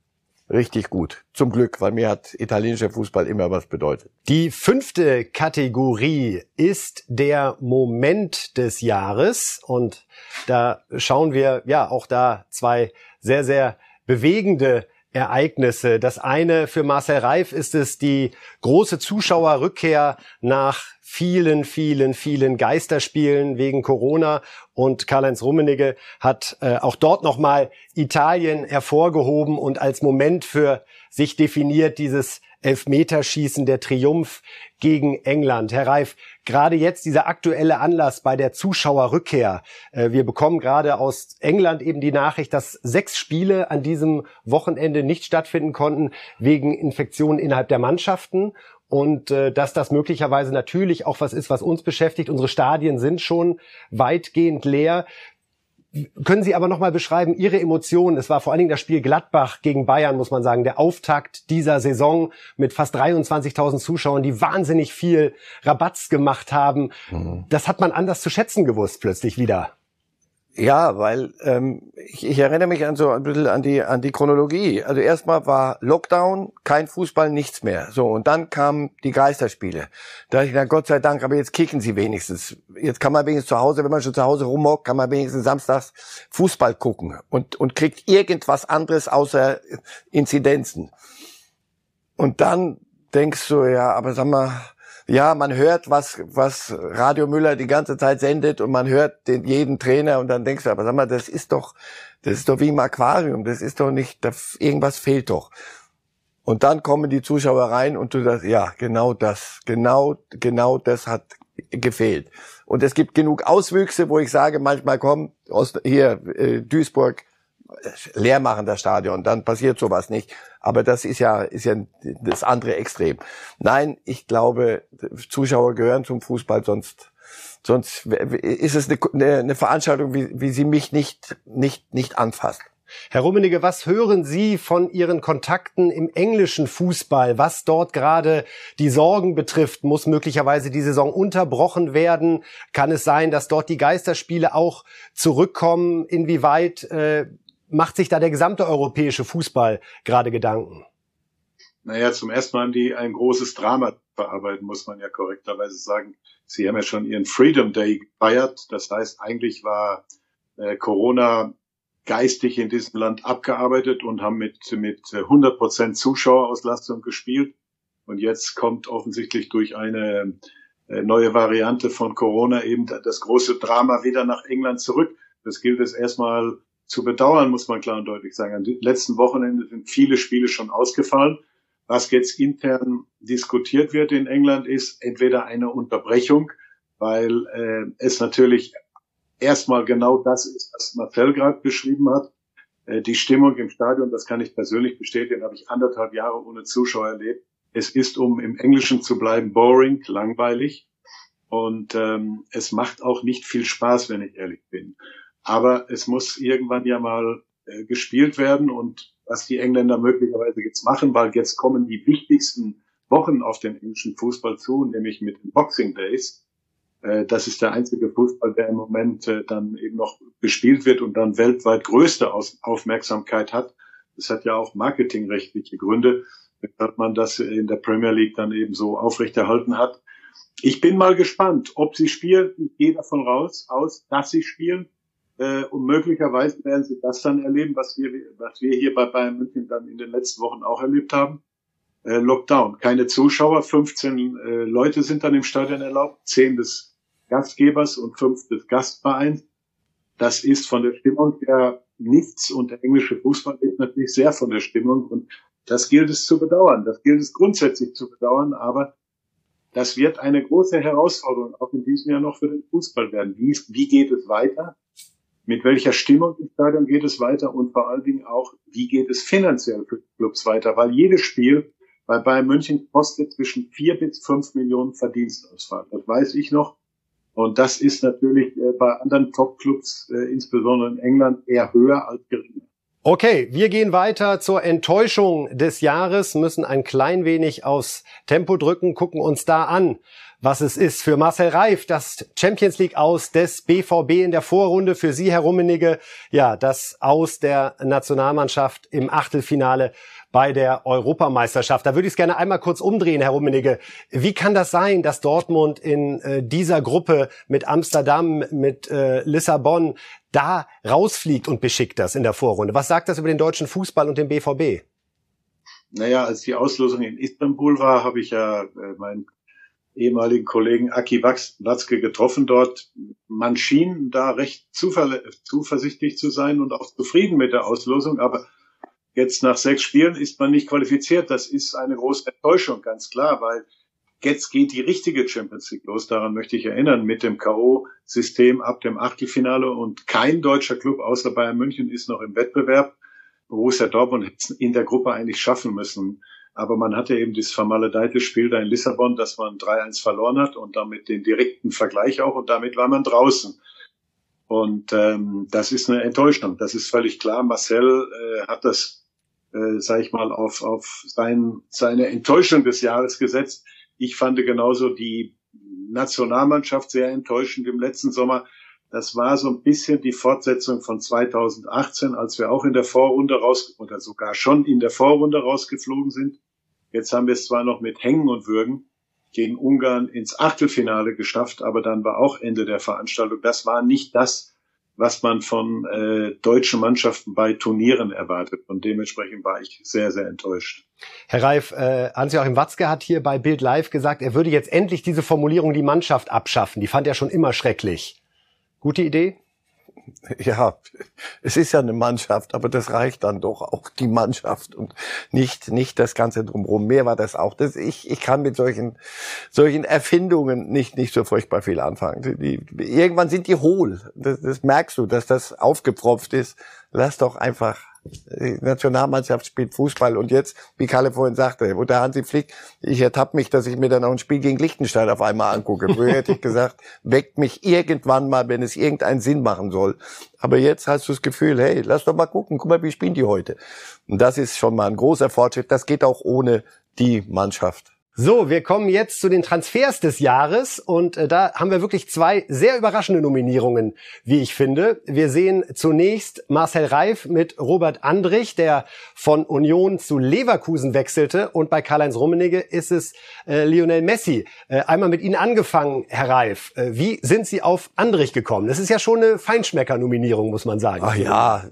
richtig gut. Zum Glück, weil mir hat italienischer Fußball immer was bedeutet. Die 5. Kategorie ist der Moment des Jahres. Und da schauen wir ja auch da 2 sehr, sehr bewegende Ereignisse. Das eine für Marcel Reif ist es die große Zuschauerrückkehr nach vielen, vielen, vielen Geisterspielen wegen Corona. Und Karl-Heinz Rummenigge hat auch dort nochmal Italien hervorgehoben und als Moment für sich definiert dieses Elfmeterschießen, der Triumph gegen England. Herr Reif, gerade jetzt dieser aktuelle Anlass bei der Zuschauerrückkehr. Wir bekommen gerade aus England eben die Nachricht, dass 6 Spiele an diesem Wochenende nicht stattfinden konnten wegen Infektionen innerhalb der Mannschaften. Und dass das möglicherweise natürlich auch was ist, was uns beschäftigt. Unsere Stadien sind schon weitgehend leer. Können Sie aber noch mal beschreiben, Ihre Emotionen? Es war vor allen Dingen das Spiel Gladbach gegen Bayern, muss man sagen, der Auftakt dieser Saison mit fast 23.000 Zuschauern, die wahnsinnig viel Rabatz gemacht haben. Das hat man anders zu schätzen gewusst plötzlich wieder. Ja, weil ich erinnere mich an so ein bisschen an die Chronologie. Also erstmal war Lockdown, kein Fußball, nichts mehr. So, und dann kamen die Geisterspiele. Da dachte ich, na Gott sei Dank, aber jetzt kicken sie wenigstens. Jetzt kann man wenigstens zu Hause, wenn man schon zu Hause rumhockt, kann man wenigstens samstags Fußball gucken und kriegt irgendwas anderes außer Inzidenzen. Und dann denkst du, ja, aber sag mal, ja, man hört, was Radio Müller die ganze Zeit sendet und man hört jeden Trainer und dann denkst du, aber sag mal, das ist doch wie im Aquarium, das ist doch nicht, irgendwas fehlt doch. Und dann kommen die Zuschauer rein und du sagst, ja, genau das hat gefehlt. Und es gibt genug Auswüchse, wo ich sage, manchmal kommen Duisburg, leer machen das Stadion, dann passiert sowas nicht. Aber das ist ja das andere Extrem. Nein, ich glaube, Zuschauer gehören zum Fußball, sonst ist es eine Veranstaltung, wie sie mich nicht anfasst. Herr Rummenigge, was hören Sie von Ihren Kontakten im englischen Fußball, was dort gerade die Sorgen betrifft? Muss möglicherweise die Saison unterbrochen werden? Kann es sein, dass dort die Geisterspiele auch zurückkommen? Inwieweit macht sich da der gesamte europäische Fußball gerade Gedanken? Naja, zum ersten Mal haben die ein großes Drama verarbeiten, muss man ja korrekterweise sagen. Sie haben ja schon ihren Freedom Day gefeiert. Das heißt, eigentlich war Corona geistig in diesem Land abgearbeitet und haben mit 100% Zuschauerauslastung gespielt. Und jetzt kommt offensichtlich durch eine neue Variante von Corona eben das große Drama wieder nach England zurück. Das gilt es erstmal zu bedauern, muss man klar und deutlich sagen. Am letzten Wochenende sind viele Spiele schon ausgefallen. Was jetzt intern diskutiert wird in England, ist entweder eine Unterbrechung, weil es natürlich erstmal genau das ist, was Marcel gerade beschrieben hat. Die Stimmung im Stadion, das kann ich persönlich bestätigen, habe ich 1,5 Jahre ohne Zuschauer erlebt. Es ist, um im Englischen zu bleiben, boring, langweilig. Und es macht auch nicht viel Spaß, wenn ich ehrlich bin. Aber es muss irgendwann ja mal gespielt werden und was die Engländer möglicherweise jetzt machen, weil jetzt kommen die wichtigsten Wochen auf den englischen Fußball zu, nämlich mit den Boxing Days. Das ist der einzige Fußball, der im Moment dann eben noch gespielt wird und dann weltweit größte Aufmerksamkeit hat. Das hat ja auch marketingrechtliche Gründe, weshalb man das in der Premier League dann eben so aufrechterhalten hat. Ich bin mal gespannt, ob sie spielen. Ich gehe davon aus, dass sie spielen. Und möglicherweise werden sie das dann erleben, was wir hier bei Bayern München dann in den letzten Wochen auch erlebt haben. Lockdown. Keine Zuschauer, 15 Leute sind dann im Stadion erlaubt, 10 des Gastgebers und 5 des Gastvereins. Das ist von der Stimmung her nichts und der englische Fußball lebt natürlich sehr von der Stimmung und das gilt es zu bedauern. Das gilt es grundsätzlich zu bedauern, aber das wird eine große Herausforderung auch in diesem Jahr noch für den Fußball werden. Wie geht es weiter? Mit welcher Stimmung im Stadion geht es weiter und vor allen Dingen auch, wie geht es finanziell für die Clubs weiter? Weil jedes Spiel bei Bayern München kostet zwischen 4 bis 5 Millionen Verdienstausfall. Das weiß ich noch. Und das ist natürlich bei anderen Top-Clubs, insbesondere in England, eher höher als geringer. Okay, wir gehen weiter zur Enttäuschung des Jahres, müssen ein klein wenig aufs Tempo drücken, gucken uns da an, was es ist. Für Marcel Reif das Champions League Aus des BVB in der Vorrunde. Für Sie, Herr Rummenigge, ja, das Aus der Nationalmannschaft im Achtelfinale bei der Europameisterschaft. Da würde ich es gerne einmal kurz umdrehen, Herr Rummenigge. Wie kann das sein, dass Dortmund in dieser Gruppe mit Amsterdam, mit Lissabon da rausfliegt und beschickt das in der Vorrunde? Was sagt das über den deutschen Fußball und den BVB? Naja, als die Auslosung in Istanbul war, habe ich ja meinen ehemaligen Kollegen Aki Watzke getroffen dort. Man schien da recht zuversichtlich zu sein und auch zufrieden mit der Auslosung, aber jetzt nach 6 Spielen ist man nicht qualifiziert. Das ist eine große Enttäuschung, ganz klar, weil jetzt geht die richtige Champions League los. Daran möchte ich erinnern, mit dem K.O.-System ab dem Achtelfinale. Und kein deutscher Club außer Bayern München ist noch im Wettbewerb. Borussia Dortmund hätte es in der Gruppe eigentlich schaffen müssen. Aber man hatte eben dieses vermaledeite Spiel da in Lissabon, dass man 3-1 verloren hat und damit den direkten Vergleich auch. Und damit war man draußen. Und das ist eine Enttäuschung. Das ist völlig klar. Marcel hat das sage ich mal, auf seine Enttäuschung des Jahres gesetzt. Ich fand genauso die Nationalmannschaft sehr enttäuschend im letzten Sommer. Das war so ein bisschen die Fortsetzung von 2018, als wir auch in der Vorrunde oder sogar schon in der Vorrunde rausgeflogen sind. Jetzt haben wir es zwar noch mit Hängen und Würgen gegen Ungarn ins Achtelfinale geschafft, aber dann war auch Ende der Veranstaltung. Das war nicht das, was man von deutschen Mannschaften bei Turnieren erwartet. Und dementsprechend war ich sehr, sehr enttäuscht. Herr Reif, Hans-Joachim Watzke hat hier bei Bild Live gesagt, er würde jetzt endlich diese Formulierung die Mannschaft abschaffen. Die fand er schon immer schrecklich. Gute Idee? Ja, es ist ja eine Mannschaft, aber das reicht dann doch auch, die Mannschaft und nicht das Ganze drumherum. Mehr war das auch. Ich kann mit solchen Erfindungen nicht so furchtbar viel anfangen. Irgendwann sind die hohl. Das merkst du, dass das aufgepfropft ist. Lass doch einfach, die Nationalmannschaft spielt Fußball und jetzt, wie Kalle vorhin sagte, wo der Hansi Flick, ich ertappe mich, dass ich mir dann auch ein Spiel gegen Liechtenstein auf einmal angucke. Früher hätte ich gesagt, weckt mich irgendwann mal, wenn es irgendeinen Sinn machen soll. Aber jetzt hast du das Gefühl, hey, lass doch mal gucken, guck mal, wie spielen die heute. Und das ist schon mal ein großer Fortschritt. Das geht auch ohne die Mannschaft. So, wir kommen jetzt zu den Transfers des Jahres und da haben wir wirklich 2 sehr überraschende Nominierungen, wie ich finde. Wir sehen zunächst Marcel Reif mit Robert Andrich, der von Union zu Leverkusen wechselte, und bei Karl-Heinz Rummenigge ist es Lionel Messi. Einmal mit Ihnen angefangen, Herr Reif. Wie sind Sie auf Andrich gekommen? Das ist ja schon eine Feinschmecker-Nominierung, muss man sagen. Ach ja,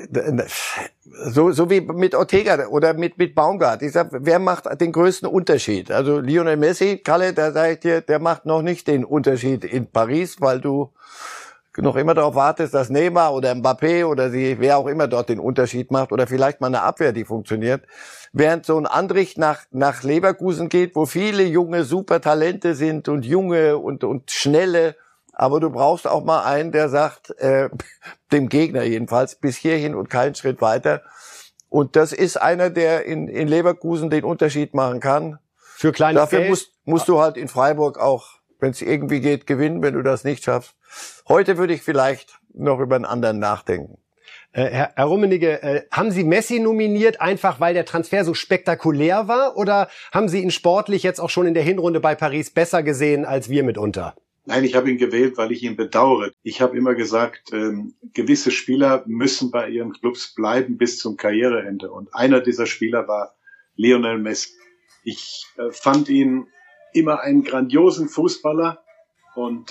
so wie mit Ortega oder mit Baumgart. Ich sag, wer macht den größten Unterschied? Also Lionel Messi, Kalle, da sag ich dir, der macht noch nicht den Unterschied in Paris, weil du noch immer darauf wartest, dass Neymar oder Mbappé oder wer auch immer dort den Unterschied macht oder vielleicht mal eine Abwehr, die funktioniert. Während so ein Andrich nach Leverkusen geht, wo viele junge Supertalente sind und junge und schnelle. Aber du brauchst auch mal einen, der sagt, dem Gegner jedenfalls, bis hierhin und keinen Schritt weiter. Und das ist einer, der in Leverkusen den Unterschied machen kann. Für kleines Dafür Geld musst du halt in Freiburg auch, wenn es irgendwie geht, gewinnen, wenn du das nicht schaffst. Heute würde ich vielleicht noch über einen anderen nachdenken. Herr Rummenigge, haben Sie Messi nominiert, einfach weil der Transfer so spektakulär war? Oder haben Sie ihn sportlich jetzt auch schon in der Hinrunde bei Paris besser gesehen als wir mitunter? Nein, ich habe ihn gewählt, weil ich ihn bedauere. Ich habe immer gesagt, gewisse Spieler müssen bei ihren Clubs bleiben bis zum Karriereende. Und einer dieser Spieler war Lionel Messi. Ich fand ihn immer einen grandiosen Fußballer und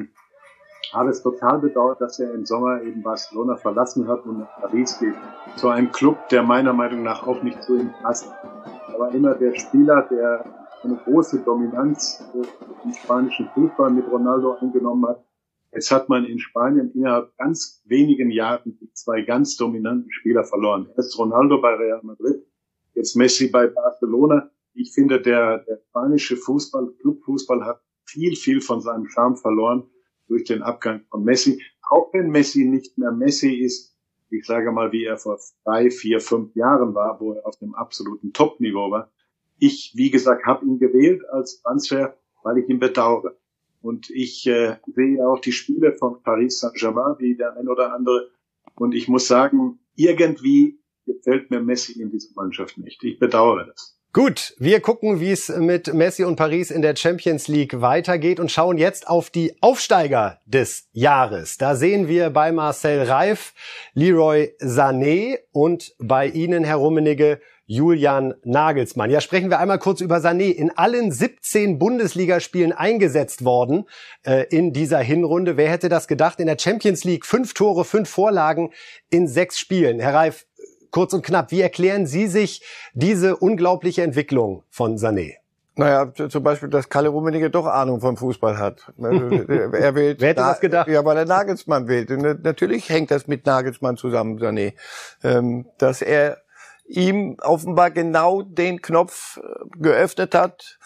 habe es total bedauert, dass er im Sommer eben Barcelona verlassen hat und nach Paris geht. Zu einem Club, der meiner Meinung nach auch nicht zu ihm passt. Er war immer der Spieler, der eine große Dominanz im spanischen Fußball mit Ronaldo eingenommen hat. Jetzt hat man in Spanien innerhalb ganz wenigen Jahren 2 ganz dominanten Spieler verloren. Erst Ronaldo bei Real Madrid, jetzt Messi bei Barcelona. Ich finde, der spanische Fußball, Clubfußball hat viel von seinem Charme verloren durch den Abgang von Messi. Auch wenn Messi nicht mehr Messi ist, ich sage mal, wie er vor 3, 4, 5 Jahren war, wo er auf dem absoluten Top-Niveau war. Ich, wie gesagt, habe ihn gewählt als Transfer, weil ich ihn bedauere. Und ich sehe auch die Spiele von Paris Saint-Germain, wie der ein oder andere. Und ich muss sagen, irgendwie gefällt mir Messi in dieser Mannschaft nicht. Ich bedauere das. Gut, wir gucken, wie es mit Messi und Paris in der Champions League weitergeht und schauen jetzt auf die Aufsteiger des Jahres. Da sehen wir bei Marcel Reif Leroy Sané und bei Ihnen, Herr Rummenigge, Julian Nagelsmann. Ja, sprechen wir einmal kurz über Sané. In allen 17 Bundesligaspielen eingesetzt worden in dieser Hinrunde. Wer hätte das gedacht? In der Champions League 5 Tore, 5 Vorlagen in 6 Spielen. Herr Reif, kurz und knapp, wie erklären Sie sich diese unglaubliche Entwicklung von Sané? Naja, zum Beispiel, dass Kalle Rummenigge doch Ahnung vom Fußball hat. Er wählt, wer hätte das gedacht? Ja, weil er Nagelsmann wählt. Und natürlich hängt das mit Nagelsmann zusammen, Sané. Dass er ihm offenbar genau den Knopf geöffnet hat,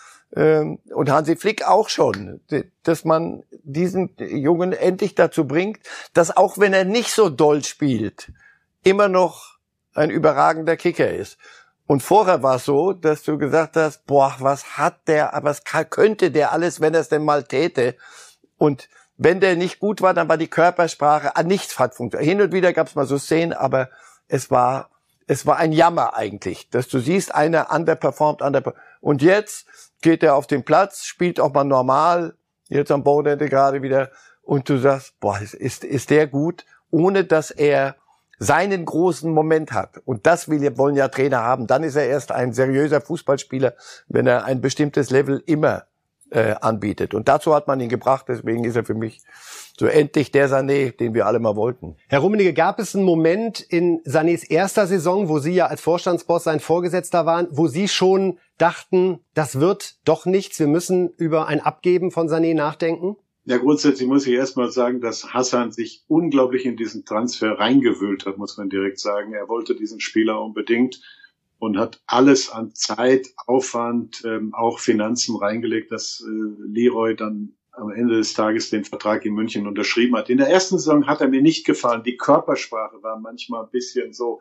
und Hansi Flick auch schon, dass man diesen Jungen endlich dazu bringt, dass auch wenn er nicht so doll spielt, immer noch ein überragender Kicker ist. Und vorher war es so, dass du gesagt hast, boah, was hat der, was könnte der alles, wenn er es denn mal täte? Und wenn der nicht gut war, dann war die Körpersprache, nichts hat funktioniert. Hin und wieder gab es mal so Szenen, aber es war ein Jammer eigentlich, dass du siehst, einer underperformt. Und jetzt geht er auf den Platz, spielt auch mal normal, jetzt am Wochenende gerade wieder, und du sagst, boah, ist der gut, ohne dass er seinen großen Moment hat. Und das wollen ja Trainer haben. Dann ist er erst ein seriöser Fußballspieler, wenn er ein bestimmtes Level immer anbietet. Und dazu hat man ihn gebracht, deswegen ist er für mich so endlich der Sané, den wir alle mal wollten. Herr Rummenigge, gab es einen Moment in Sanés erster Saison, wo Sie ja als Vorstandsboss sein Vorgesetzter waren, wo Sie schon dachten, das wird doch nichts, wir müssen über ein Abgeben von Sané nachdenken? Ja, grundsätzlich muss ich erstmal sagen, dass Hassan sich unglaublich in diesen Transfer reingewühlt hat, muss man direkt sagen. Er wollte diesen Spieler unbedingt und hat alles an Zeit, Aufwand, auch Finanzen reingelegt, dass Leroy dann am Ende des Tages den Vertrag in München unterschrieben hat. In der ersten Saison hat er mir nicht gefallen. Die Körpersprache war manchmal ein bisschen so,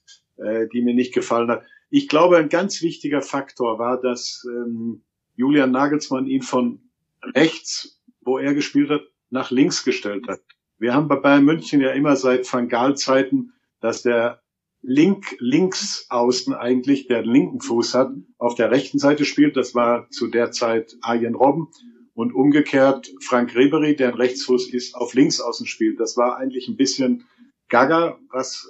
die mir nicht gefallen hat. Ich glaube, ein ganz wichtiger Faktor war, dass Julian Nagelsmann ihn von rechts, wo er gespielt hat, nach links gestellt hat. Wir haben bei Bayern München ja immer seit Van Gaal-Zeiten, dass der links außen eigentlich, der linken Fuß hat, auf der rechten Seite spielt. Das war zu der Zeit Arjen Robben. Und umgekehrt Frank Ribery, der ein Rechtsfuß ist, auf links außen spielt. Das war eigentlich ein bisschen gaga, was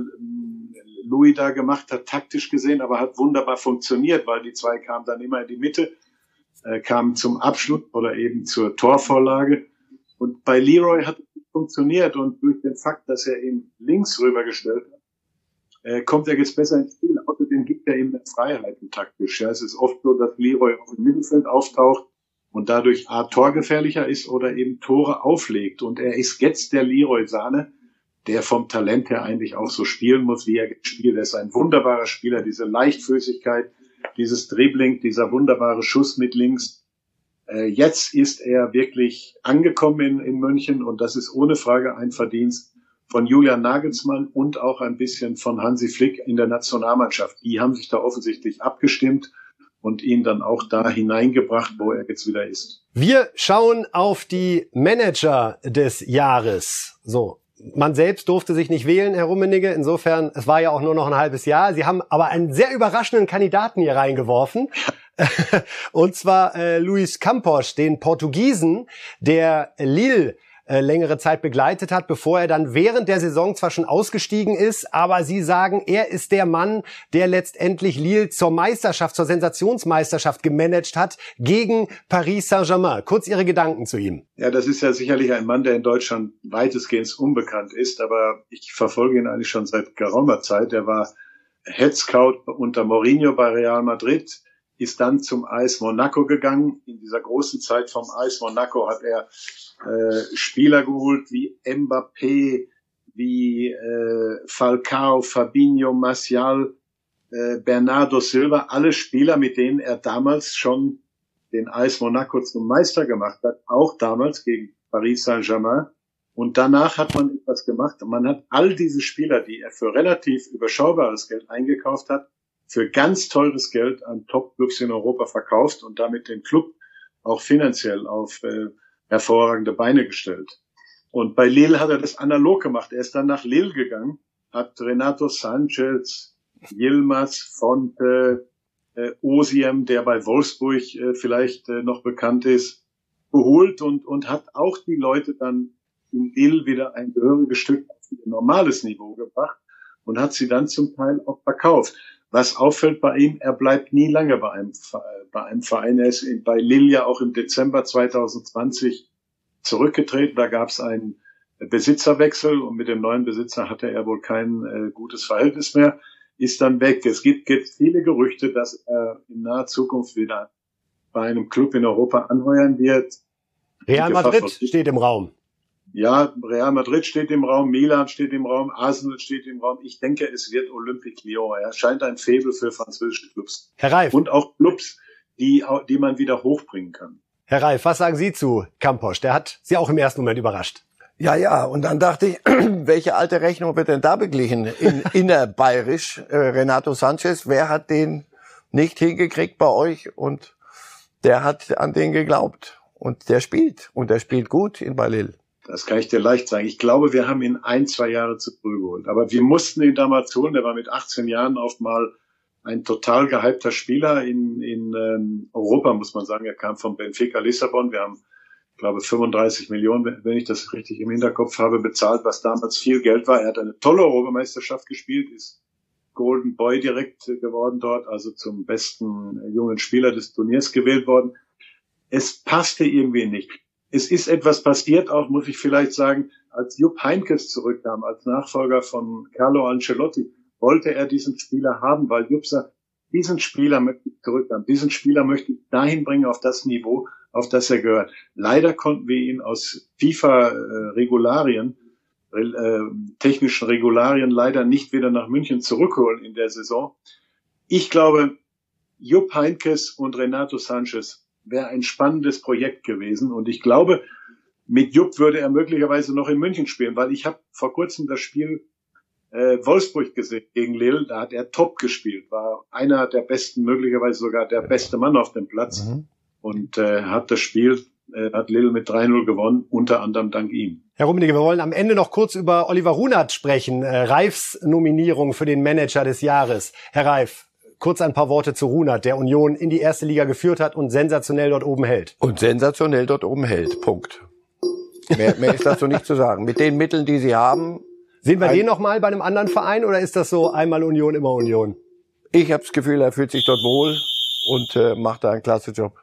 Louis da gemacht hat, taktisch gesehen, aber hat wunderbar funktioniert, weil die zwei kamen dann immer in die Mitte, kamen zum Abschluss oder eben zur Torvorlage. Und bei Leroy hat es funktioniert, und durch den Fakt, dass er ihn links rübergestellt hat, kommt er jetzt besser ins Spiel. Außerdem gibt er ihm mehr Freiheiten taktisch. Ja, es ist oft so, dass Leroy auf dem Mittelfeld auftaucht und dadurch A, torgefährlicher ist oder eben Tore auflegt. Und er ist jetzt der Leroy Sané, der vom Talent her eigentlich auch so spielen muss, wie er spielt. Er ist ein wunderbarer Spieler, diese Leichtfüßigkeit, dieses Dribbling, dieser wunderbare Schuss mit links. Jetzt ist er wirklich angekommen in München, und das ist ohne Frage ein Verdienst von Julian Nagelsmann und auch ein bisschen von Hansi Flick in der Nationalmannschaft. Die haben sich da offensichtlich abgestimmt und ihn dann auch da hineingebracht, wo er jetzt wieder ist. Wir schauen auf die Manager des Jahres. So. Man selbst durfte sich nicht wählen, Herr Rummenigge. Insofern, es war ja auch nur noch ein halbes Jahr. Sie haben aber einen sehr überraschenden Kandidaten hier reingeworfen. Und zwar Luis Campos, den Portugiesen, der Lille längere Zeit begleitet hat, bevor er dann während der Saison zwar schon ausgestiegen ist, aber Sie sagen, er ist der Mann, der letztendlich Lille zur Meisterschaft, zur Sensationsmeisterschaft gemanagt hat gegen Paris Saint-Germain. Kurz Ihre Gedanken zu ihm. Ja, das ist ja sicherlich ein Mann, der in Deutschland weitestgehend unbekannt ist, aber ich verfolge ihn eigentlich schon seit geraumer Zeit. Er war Head Scout unter Mourinho bei Real Madrid, ist dann zum AS Monaco gegangen. In dieser großen Zeit vom AS Monaco hat er Spieler geholt wie Mbappé, wie Falcao, Fabinho, Martial, Bernardo Silva, alle Spieler, mit denen er damals schon den AS Monaco zum Meister gemacht hat, auch damals gegen Paris Saint-Germain. Und danach hat man etwas gemacht. Man hat all diese Spieler, die er für relativ überschaubares Geld eingekauft hat, für ganz teures Geld an Top-Clubs in Europa verkauft und damit den Club auch finanziell auf hervorragende Beine gestellt. Und bei Lille hat er das analog gemacht. Er ist dann nach Lille gegangen, hat Renato Sanchez, Yilmaz, Fonte, Osiem, der bei Wolfsburg vielleicht noch bekannt ist, geholt und hat auch die Leute dann in Lille wieder ein gehöriges Stück auf ein normales Niveau gebracht und hat sie dann zum Teil auch verkauft. Was auffällt bei ihm, er bleibt nie lange bei einem Verein. Er ist bei Lille ja auch im Dezember 2020 zurückgetreten. Da gab es einen Besitzerwechsel und mit dem neuen Besitzer hatte er wohl kein gutes Verhältnis mehr, ist dann weg. Es gibt viele Gerüchte, dass er in naher Zukunft wieder bei einem Club in Europa anheuern wird. Real Madrid steht im Raum. Ja, Real Madrid steht im Raum, Milan steht im Raum, Arsenal steht im Raum. Ich denke, es wird Olympique Lyon. Er scheint ein Faible für französische Clubs. Herr Reif. Und auch Clubs, die man wieder hochbringen kann. Herr Reif, was sagen Sie zu Campos? Der hat Sie auch im ersten Moment überrascht. Ja, und dann dachte ich, welche alte Rechnung wird denn da beglichen? Innerbayerisch, Renato Sanchez, wer hat den nicht hingekriegt bei euch? Und der hat an den geglaubt. Und der spielt gut in Lille. Das kann ich dir leicht sagen. Ich glaube, wir haben ihn 1-2 Jahre zu früh geholt. Aber wir mussten ihn damals holen. Der war mit 18 Jahren oft mal ein total gehypter Spieler in Europa, muss man sagen. Er kam von Benfica Lissabon. Wir haben, glaube 35 Millionen, wenn ich das richtig im Hinterkopf habe, bezahlt, was damals viel Geld war. Er hat eine tolle Europameisterschaft gespielt, ist Golden Boy direkt geworden dort, also zum besten jungen Spieler des Turniers gewählt worden. Es passte irgendwie nicht. Es ist etwas passiert, auch muss ich vielleicht sagen, als Jupp Heynckes zurückkam, als Nachfolger von Carlo Ancelotti, wollte er diesen Spieler haben, weil Jupp sagt, diesen Spieler möchte ich zurückhaben, diesen Spieler möchte ich dahin bringen auf das Niveau, auf das er gehört. Leider konnten wir ihn aus FIFA-Regularien, technischen Regularien leider nicht wieder nach München zurückholen in der Saison. Ich glaube, Jupp Heynckes und Renato Sanchez wäre ein spannendes Projekt gewesen. Und ich glaube, mit Jupp würde er möglicherweise noch in München spielen, weil ich habe vor kurzem das Spiel Wolfsburg gesehen gegen Lille. Da hat er top gespielt, war einer der besten, möglicherweise sogar der beste Mann auf dem Platz. Und hat das Spiel, hat Lille mit 3-0 gewonnen, unter anderem dank ihm. Herr Rummenigge, wir wollen am Ende noch kurz über Oliver Runert sprechen. Reifs Nominierung für den Manager des Jahres. Herr Reif, kurz ein paar Worte zu Runert, der Union in die erste Liga geführt hat und sensationell dort oben hält. Punkt. Mehr ist dazu nicht zu sagen. Mit den Mitteln, die sie haben. Sehen wir den noch mal bei einem anderen Verein oder ist das so einmal Union, immer Union? Ich habe das Gefühl, er fühlt sich dort wohl und macht da einen klasse Job.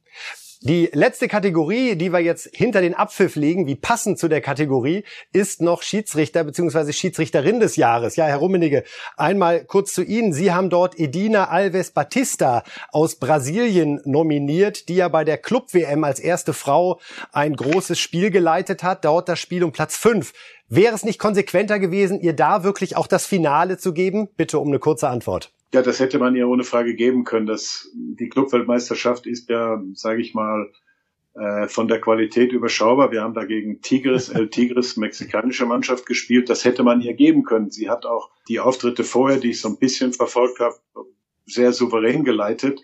Die letzte Kategorie, die wir jetzt hinter den Abpfiff legen, wie passend zu der Kategorie, ist noch Schiedsrichter bzw. Schiedsrichterin des Jahres. Ja, Herr Rummenigge, einmal kurz zu Ihnen. Sie haben dort Edina Alves Batista aus Brasilien nominiert, die ja bei der Club-WM als erste Frau ein großes Spiel geleitet hat, dort das Spiel um Platz 5. Wäre es nicht konsequenter gewesen, ihr da wirklich auch das Finale zu geben? Bitte um eine kurze Antwort. Ja, das hätte man ihr ohne Frage geben können. Die Clubweltmeisterschaft ist ja, sage ich mal, von der Qualität überschaubar. Wir haben dagegen El Tigres, mexikanische Mannschaft, gespielt. Das hätte man ihr geben können. Sie hat auch die Auftritte vorher, die ich so ein bisschen verfolgt habe, sehr souverän geleitet.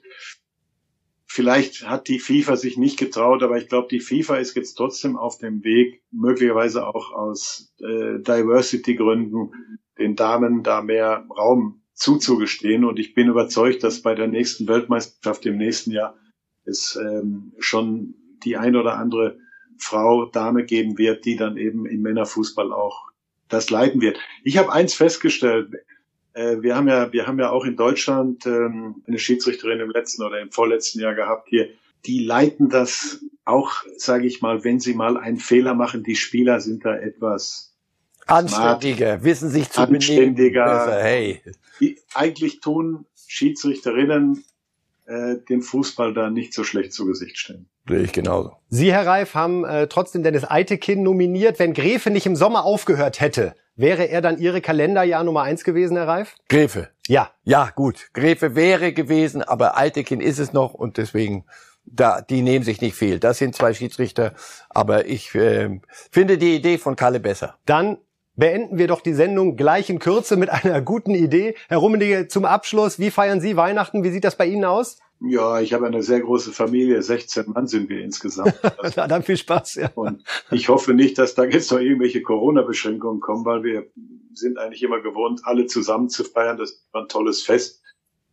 Vielleicht hat die FIFA sich nicht getraut, aber ich glaube, die FIFA ist jetzt trotzdem auf dem Weg, möglicherweise auch aus Diversity-Gründen, den Damen da mehr Raum zuzugestehen. Und ich bin überzeugt, dass bei der nächsten Weltmeisterschaft im nächsten Jahr es schon die ein oder andere Frau, Dame geben wird, die dann eben im Männerfußball auch das leiten wird. Ich habe eins festgestellt. Wir haben ja auch in Deutschland eine Schiedsrichterin im letzten oder im vorletzten Jahr gehabt hier. Die leiten das auch, sage ich mal, wenn sie mal einen Fehler machen. Die Spieler sind da etwas anständiger, wissen sich zu benehmen. Besser, hey. Eigentlich tun Schiedsrichterinnen den Fußball da nicht so schlecht zu Gesicht stellen. Sehe ich genauso. Sie, Herr Reif, haben trotzdem Dennis Eitekin nominiert. Wenn Gräfe nicht im Sommer aufgehört hätte, wäre er dann Ihre Kalenderjahr Nummer 1 gewesen, Herr Reif? Gräfe? Ja. Ja, gut. Gräfe wäre gewesen, aber Eitekin ist es noch und deswegen, die nehmen sich nicht viel. Das sind zwei Schiedsrichter, aber ich finde die Idee von Kalle besser. Dann beenden wir doch die Sendung gleich in Kürze mit einer guten Idee. Herr Rummenigge, zum Abschluss, wie feiern Sie Weihnachten? Wie sieht das bei Ihnen aus? Ja, ich habe eine sehr große Familie, 16 Mann sind wir insgesamt. Na, dann viel Spaß, ja. Und ich hoffe nicht, dass da jetzt noch irgendwelche Corona-Beschränkungen kommen, weil wir sind eigentlich immer gewohnt, alle zusammen zu feiern. Das ist ein tolles Fest.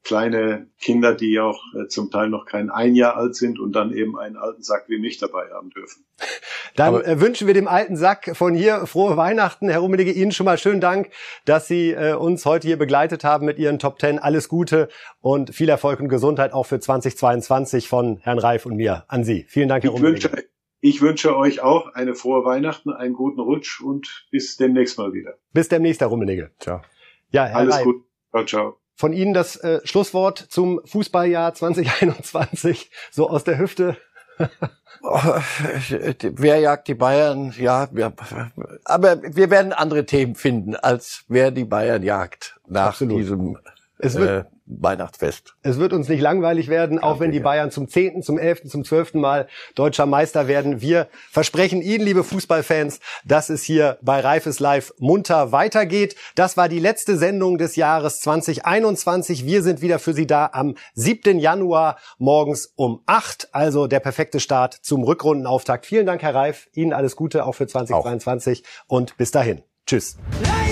kleine Kinder, die auch zum Teil noch kein 1 Jahr alt sind und dann eben einen alten Sack wie mich dabei haben dürfen. Dann wünschen wir dem alten Sack von hier frohe Weihnachten. Herr Rummenigge, Ihnen schon mal schönen Dank, dass Sie uns heute hier begleitet haben mit Ihren Top 10. Alles Gute und viel Erfolg und Gesundheit auch für 2022 von Herrn Reif und mir an Sie. Vielen Dank, Herr Rummenigge. Ich wünsche euch auch eine frohe Weihnachten, einen guten Rutsch und bis demnächst mal wieder. Bis demnächst, Herr Rummenigge. Ciao. Ja, Herr Alles Reif. gut. Ciao, ciao. Von Ihnen das Schlusswort zum Fußballjahr 2021, so aus der Hüfte. Wer jagt die Bayern? Ja, aber wir werden andere Themen finden, als wer die Bayern jagt nach diesem Weihnachtsfest. Es wird uns nicht langweilig werden, auch wenn die Bayern zum 10., zum 11., zum 12. Mal deutscher Meister werden. Wir versprechen Ihnen, liebe Fußballfans, dass es hier bei Reif ist live munter weitergeht. Das war die letzte Sendung des Jahres 2021. Wir sind wieder für Sie da am 7. Januar morgens um 8. Also der perfekte Start zum Rückrundenauftakt. Vielen Dank, Herr Reif. Ihnen alles Gute auch für 2022 und bis dahin. Tschüss.